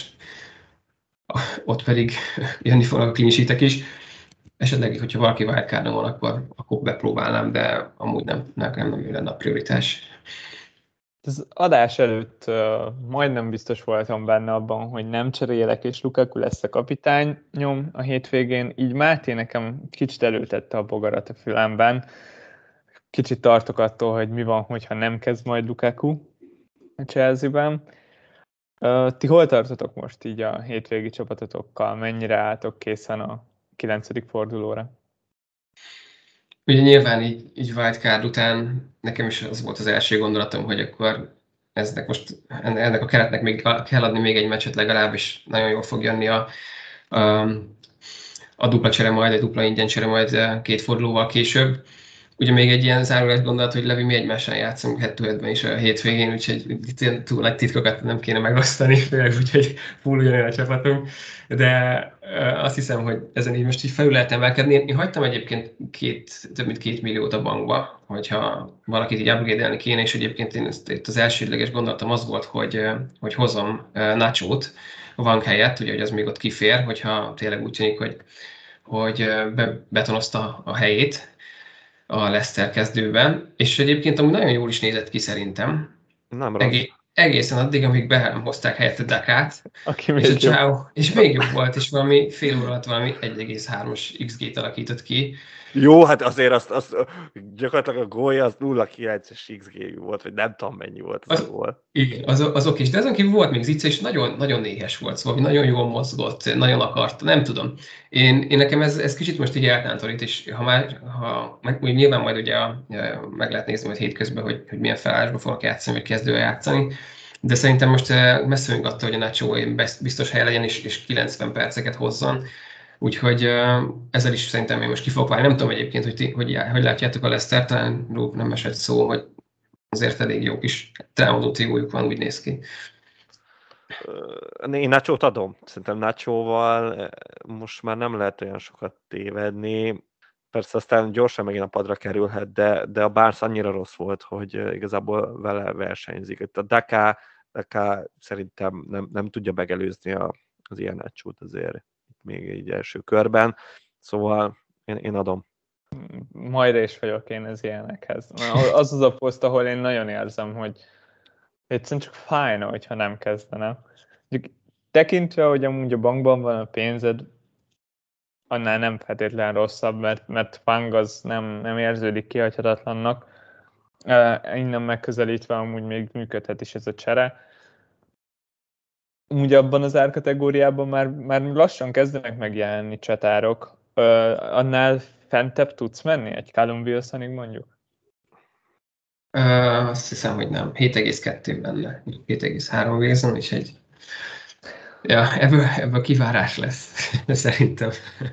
ott pedig jönni fognak a clean sheetek is. Esetleg, hogyha valaki wildcardon van, akkor bepróbálnám, de amúgy nem ő lenne a prioritás. Az adás előtt majdnem biztos voltam benne abban, hogy nem cserélek, és Lukaku lesz a kapitányom a hétvégén. Így Máté nekem kicsit előtette a bogarat a fülemben. Kicsit tartok attól, hogy mi van, hogyha nem kezd majd Lukaku a Chelsea-ben. Ti hol tartotok most így a hétvégi csapatotokkal? Mennyire álltok készen a 9. fordulóra? Ugye nyilván így wildcard után nekem is az volt az első gondolatom, hogy akkor ennek a keretnek még kell adni még egy meccset legalább, és nagyon jól fog jönni a dupla csere majd, a dupla ingyen csere majd 2 fordulóval később. ugye még egy ilyen zárulás gondolat, hogy Levi, mi egymással játszunk 7-5-ben is a hétvégén, úgyhogy itt túl nagy titkokat nem kéne megosztani, főleg úgyhogy full ugyanolyan a csapatunk, de azt hiszem, hogy ezen így most így felül lehet emelkedni. Én hagytam egyébként több mint 2 milliót a bankba, hogyha valakit így upgrade-elni kéne, és egyébként én itt az elsődleges gondolatom az volt, hogy hozom Nacho-t a bank helyett, ugye, hogy az még ott kifér, hogyha tényleg úgy tűnik, hogy betonozta a helyét a Leicester kezdőben, és egyébként amúgy nagyon jól is nézett ki szerintem. Nem rossz. Egészen addig, amíg hozták helyette Dakát, Aki és még jobb. és még jobb volt, és valami fél óra alatt valami 1,3-as XG-t alakított ki. Jó, hát azért azt gyakorlatilag a gólja az 0,9-es XG volt, vagy nem tudom mennyi volt az a gól. Igen, azok is, de azon kívül volt még Zica, és nagyon, nagyon néhes volt, szóval nagyon jól mozgott, nagyon akart, nem tudom. Én nekem ez kicsit most így eltántorít, és úgy nyilván majd ugye meg lehet nézni majd hétközben, hogy milyen felállásban fognak játszani, vagy kezdővel játszani, de szerintem most messze vagyunk attól, hogy a Nacho biztos helye legyen, és 90 perceket hozzon. Úgyhogy ezzel is szerintem én most ki fogok válni. Nem tudom egyébként, hogy látjátok a Leicester, talán nem esett szó, hogy azért elég jó kis támadó triójuk van, úgy néz ki. Én Nacho-t adom. Szerintem Nacho-val most már nem lehet olyan sokat tévedni. Persze aztán gyorsan megint a padra kerülhet, de a Barnes annyira rossz volt, hogy igazából vele versenyzik. Itt a Daka szerintem nem tudja megelőzni az ilyen Nacho-t azért még egy első körben. Szóval én adom. Majd is vagyok én az ilyenekhez. Az a poszt, ahol én nagyon érzem, hogy egyszerűen csak fájna, hogyha nem kezdene. Tekintve, hogy amúgy a bankban van a pénzed, annál nem feltétlenül rosszabb, mert Fang az nem érződik kihagyhatatlannak. Innen megközelítve amúgy még működhet is ez a csere. Úgy abban az árkategóriában már lassan kezdenek megjelenni csatárok. Annál fentebb tudsz menni egy Callum Wilsonig mondjuk? Azt hiszem, hogy nem. 7,2 benne. 7,3 Wilson, és ebből kivárás lesz, szerintem.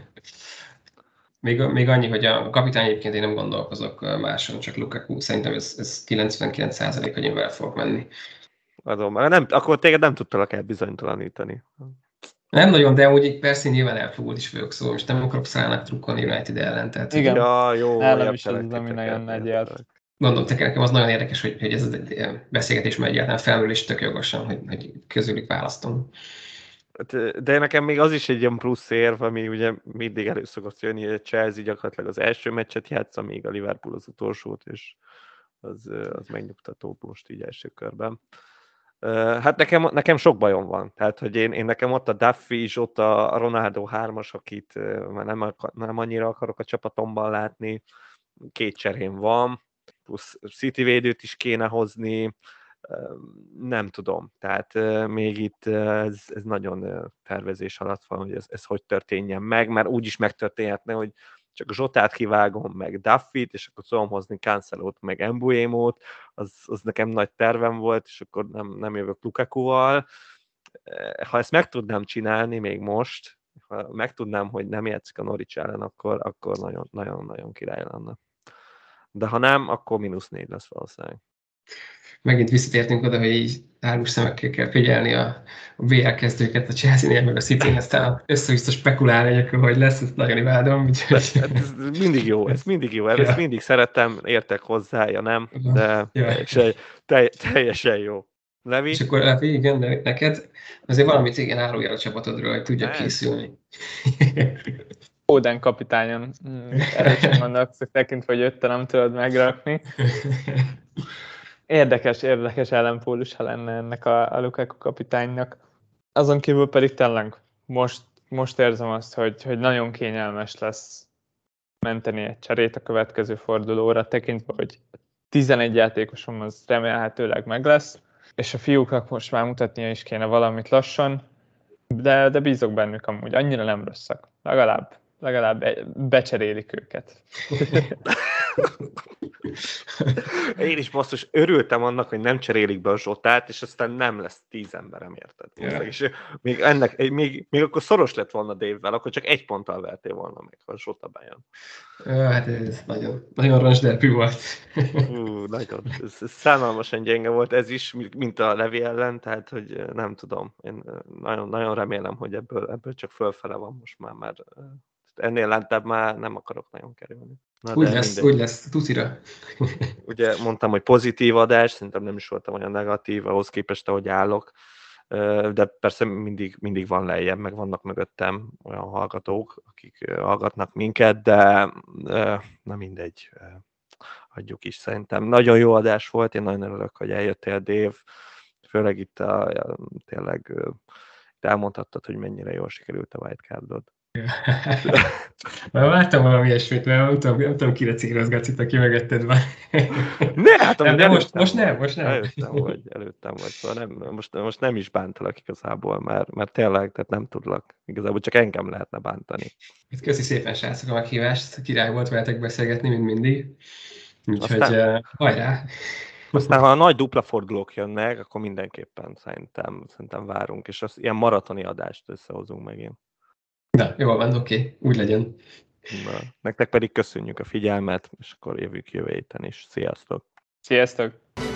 Még annyi, hogy a kapitány egyébként én nem gondolkozok máson, csak Lukaku. Szerintem ez 99%, hogy én vele fogok menni. Adom. Akkor téged nem tudtalak elbizonytalanítani. Nem nagyon, de úgy persze nyilván elfogult is vagyok, szóval most nem akarok Szállnak trukkolni United ellen. Tehát, igen, ja, jó, nálam is az, ami nagyon nagy jel. Gondolom, nekem az nagyon érdekes, hogy ez egy beszélgetés, mert egyáltalán felmerül, és tök jogosan, hogy közülük választom. De nekem még az is egy ilyen plusz érv, ami ugye mindig elő szokott jönni, hogy a Chelsea gyakorlatilag az első meccset játsza, még a Liverpool az utolsót, és az megnyugtató most így első körben. Hát nekem sok bajom van. Tehát, hogy én nekem ott a Duffy és ott a Ronaldo 3-as, akit már nem annyira akarok a csapatomban látni. 2 cserém van, plusz City védőt is kéne hozni. Nem tudom. Tehát még itt ez nagyon tervezés alatt van, hogy ez hogy történjen meg, mert úgy is megtörténhetne, hogy csak a Zsotát kivágom, meg Duffyt, és akkor tudom hozni Cancelót, meg Mbuémót, az nekem nagy tervem volt, és akkor nem jövök Lukakuval. Ha ezt meg tudnám csinálni még most, ha megtudnám, hogy nem játszik a Norwich ellen, akkor nagyon király lenne. De ha nem, akkor -4 lesz valószínűleg. Megint visszatértünk oda, hogy így árus szemekkel kell figyelni a BL kezdőket a Chelsea-nél, meg a City-n, aztán össze-vissza spekulálni, hogy lesz, ezt nagyon imádom. Ez mindig jó, ezt mindig szeretem, értek hozzá, ja nem, de teljesen jó. Levi? És akkor Levi, igen, neked azért valamit igen árulja a csapatodról, hogy tudjak készülni. Foden kapitányon erősen vannak, tekintve, hogy ötte nem tudod megrakni. Érdekes ellenpólusa lenne ennek a Lukaku kapitánynak. Azon kívül pedig tényleg most érzem azt, hogy nagyon kényelmes lesz menteni egy cserét a következő fordulóra, tekintve, hogy 11 játékosom az remélhetőleg meg lesz, és a fiúknak most már mutatnia is kéne valamit lassan, de bízok bennük amúgy, annyira nem rosszak. Legalább becserélik őket. Én is basszus örültem annak, hogy nem cserélik be a Zsotát, és aztán nem lesz 10 emberem, érted? Ja. És még akkor szoros lett volna Dave-vel, akkor csak 1 ponttal vertél volna meg, ha a Zsota bejön. Hát ez nagyon, nagyon roncsderpű volt. Nagyon. Ez szánalmasan gyenge volt ez is, mint a Levi ellen, tehát hogy nem tudom. Én nagyon, nagyon remélem, hogy ebből csak fölfele van most már. Ennél lentebb már nem akarok nagyon kerülni. Úgy lesz, tucira. Ugye mondtam, hogy pozitív adás, szerintem nem is voltam olyan negatív, ahhoz képest, ahogy állok. De persze mindig van lejjebb, meg vannak mögöttem olyan hallgatók, akik hallgatnak minket, de na mindegy, hagyjuk is szerintem. Nagyon jó adás volt, én nagyon örülök, hogy eljöttél, Dave, főleg itt tényleg elmondhattad, hogy mennyire jól sikerült a wildcardod. Már vártam valami ilyesmit, mert nem tudom kire célozgatsz itt, aki mögötted van. Ne, hát de most nem. Előttem vagy, szóval most nem is bántalak igazából, mert tényleg, tehát nem tudlak. Igazából csak engem lehetne bántani. Köszi szépen, srácok, a meghívást. Király volt veletek beszélgetni, mint mindig. Úgyhogy hajrá! Aztán, ha a nagy dupla fordulók jönnek, akkor mindenképpen szerintem várunk, és ilyen maratoni adást összehozunk megint. Na, jól van, oké, úgy legyen. Na, nektek pedig köszönjük a figyelmet, és akkor jövő héten is. Sziasztok! Sziasztok!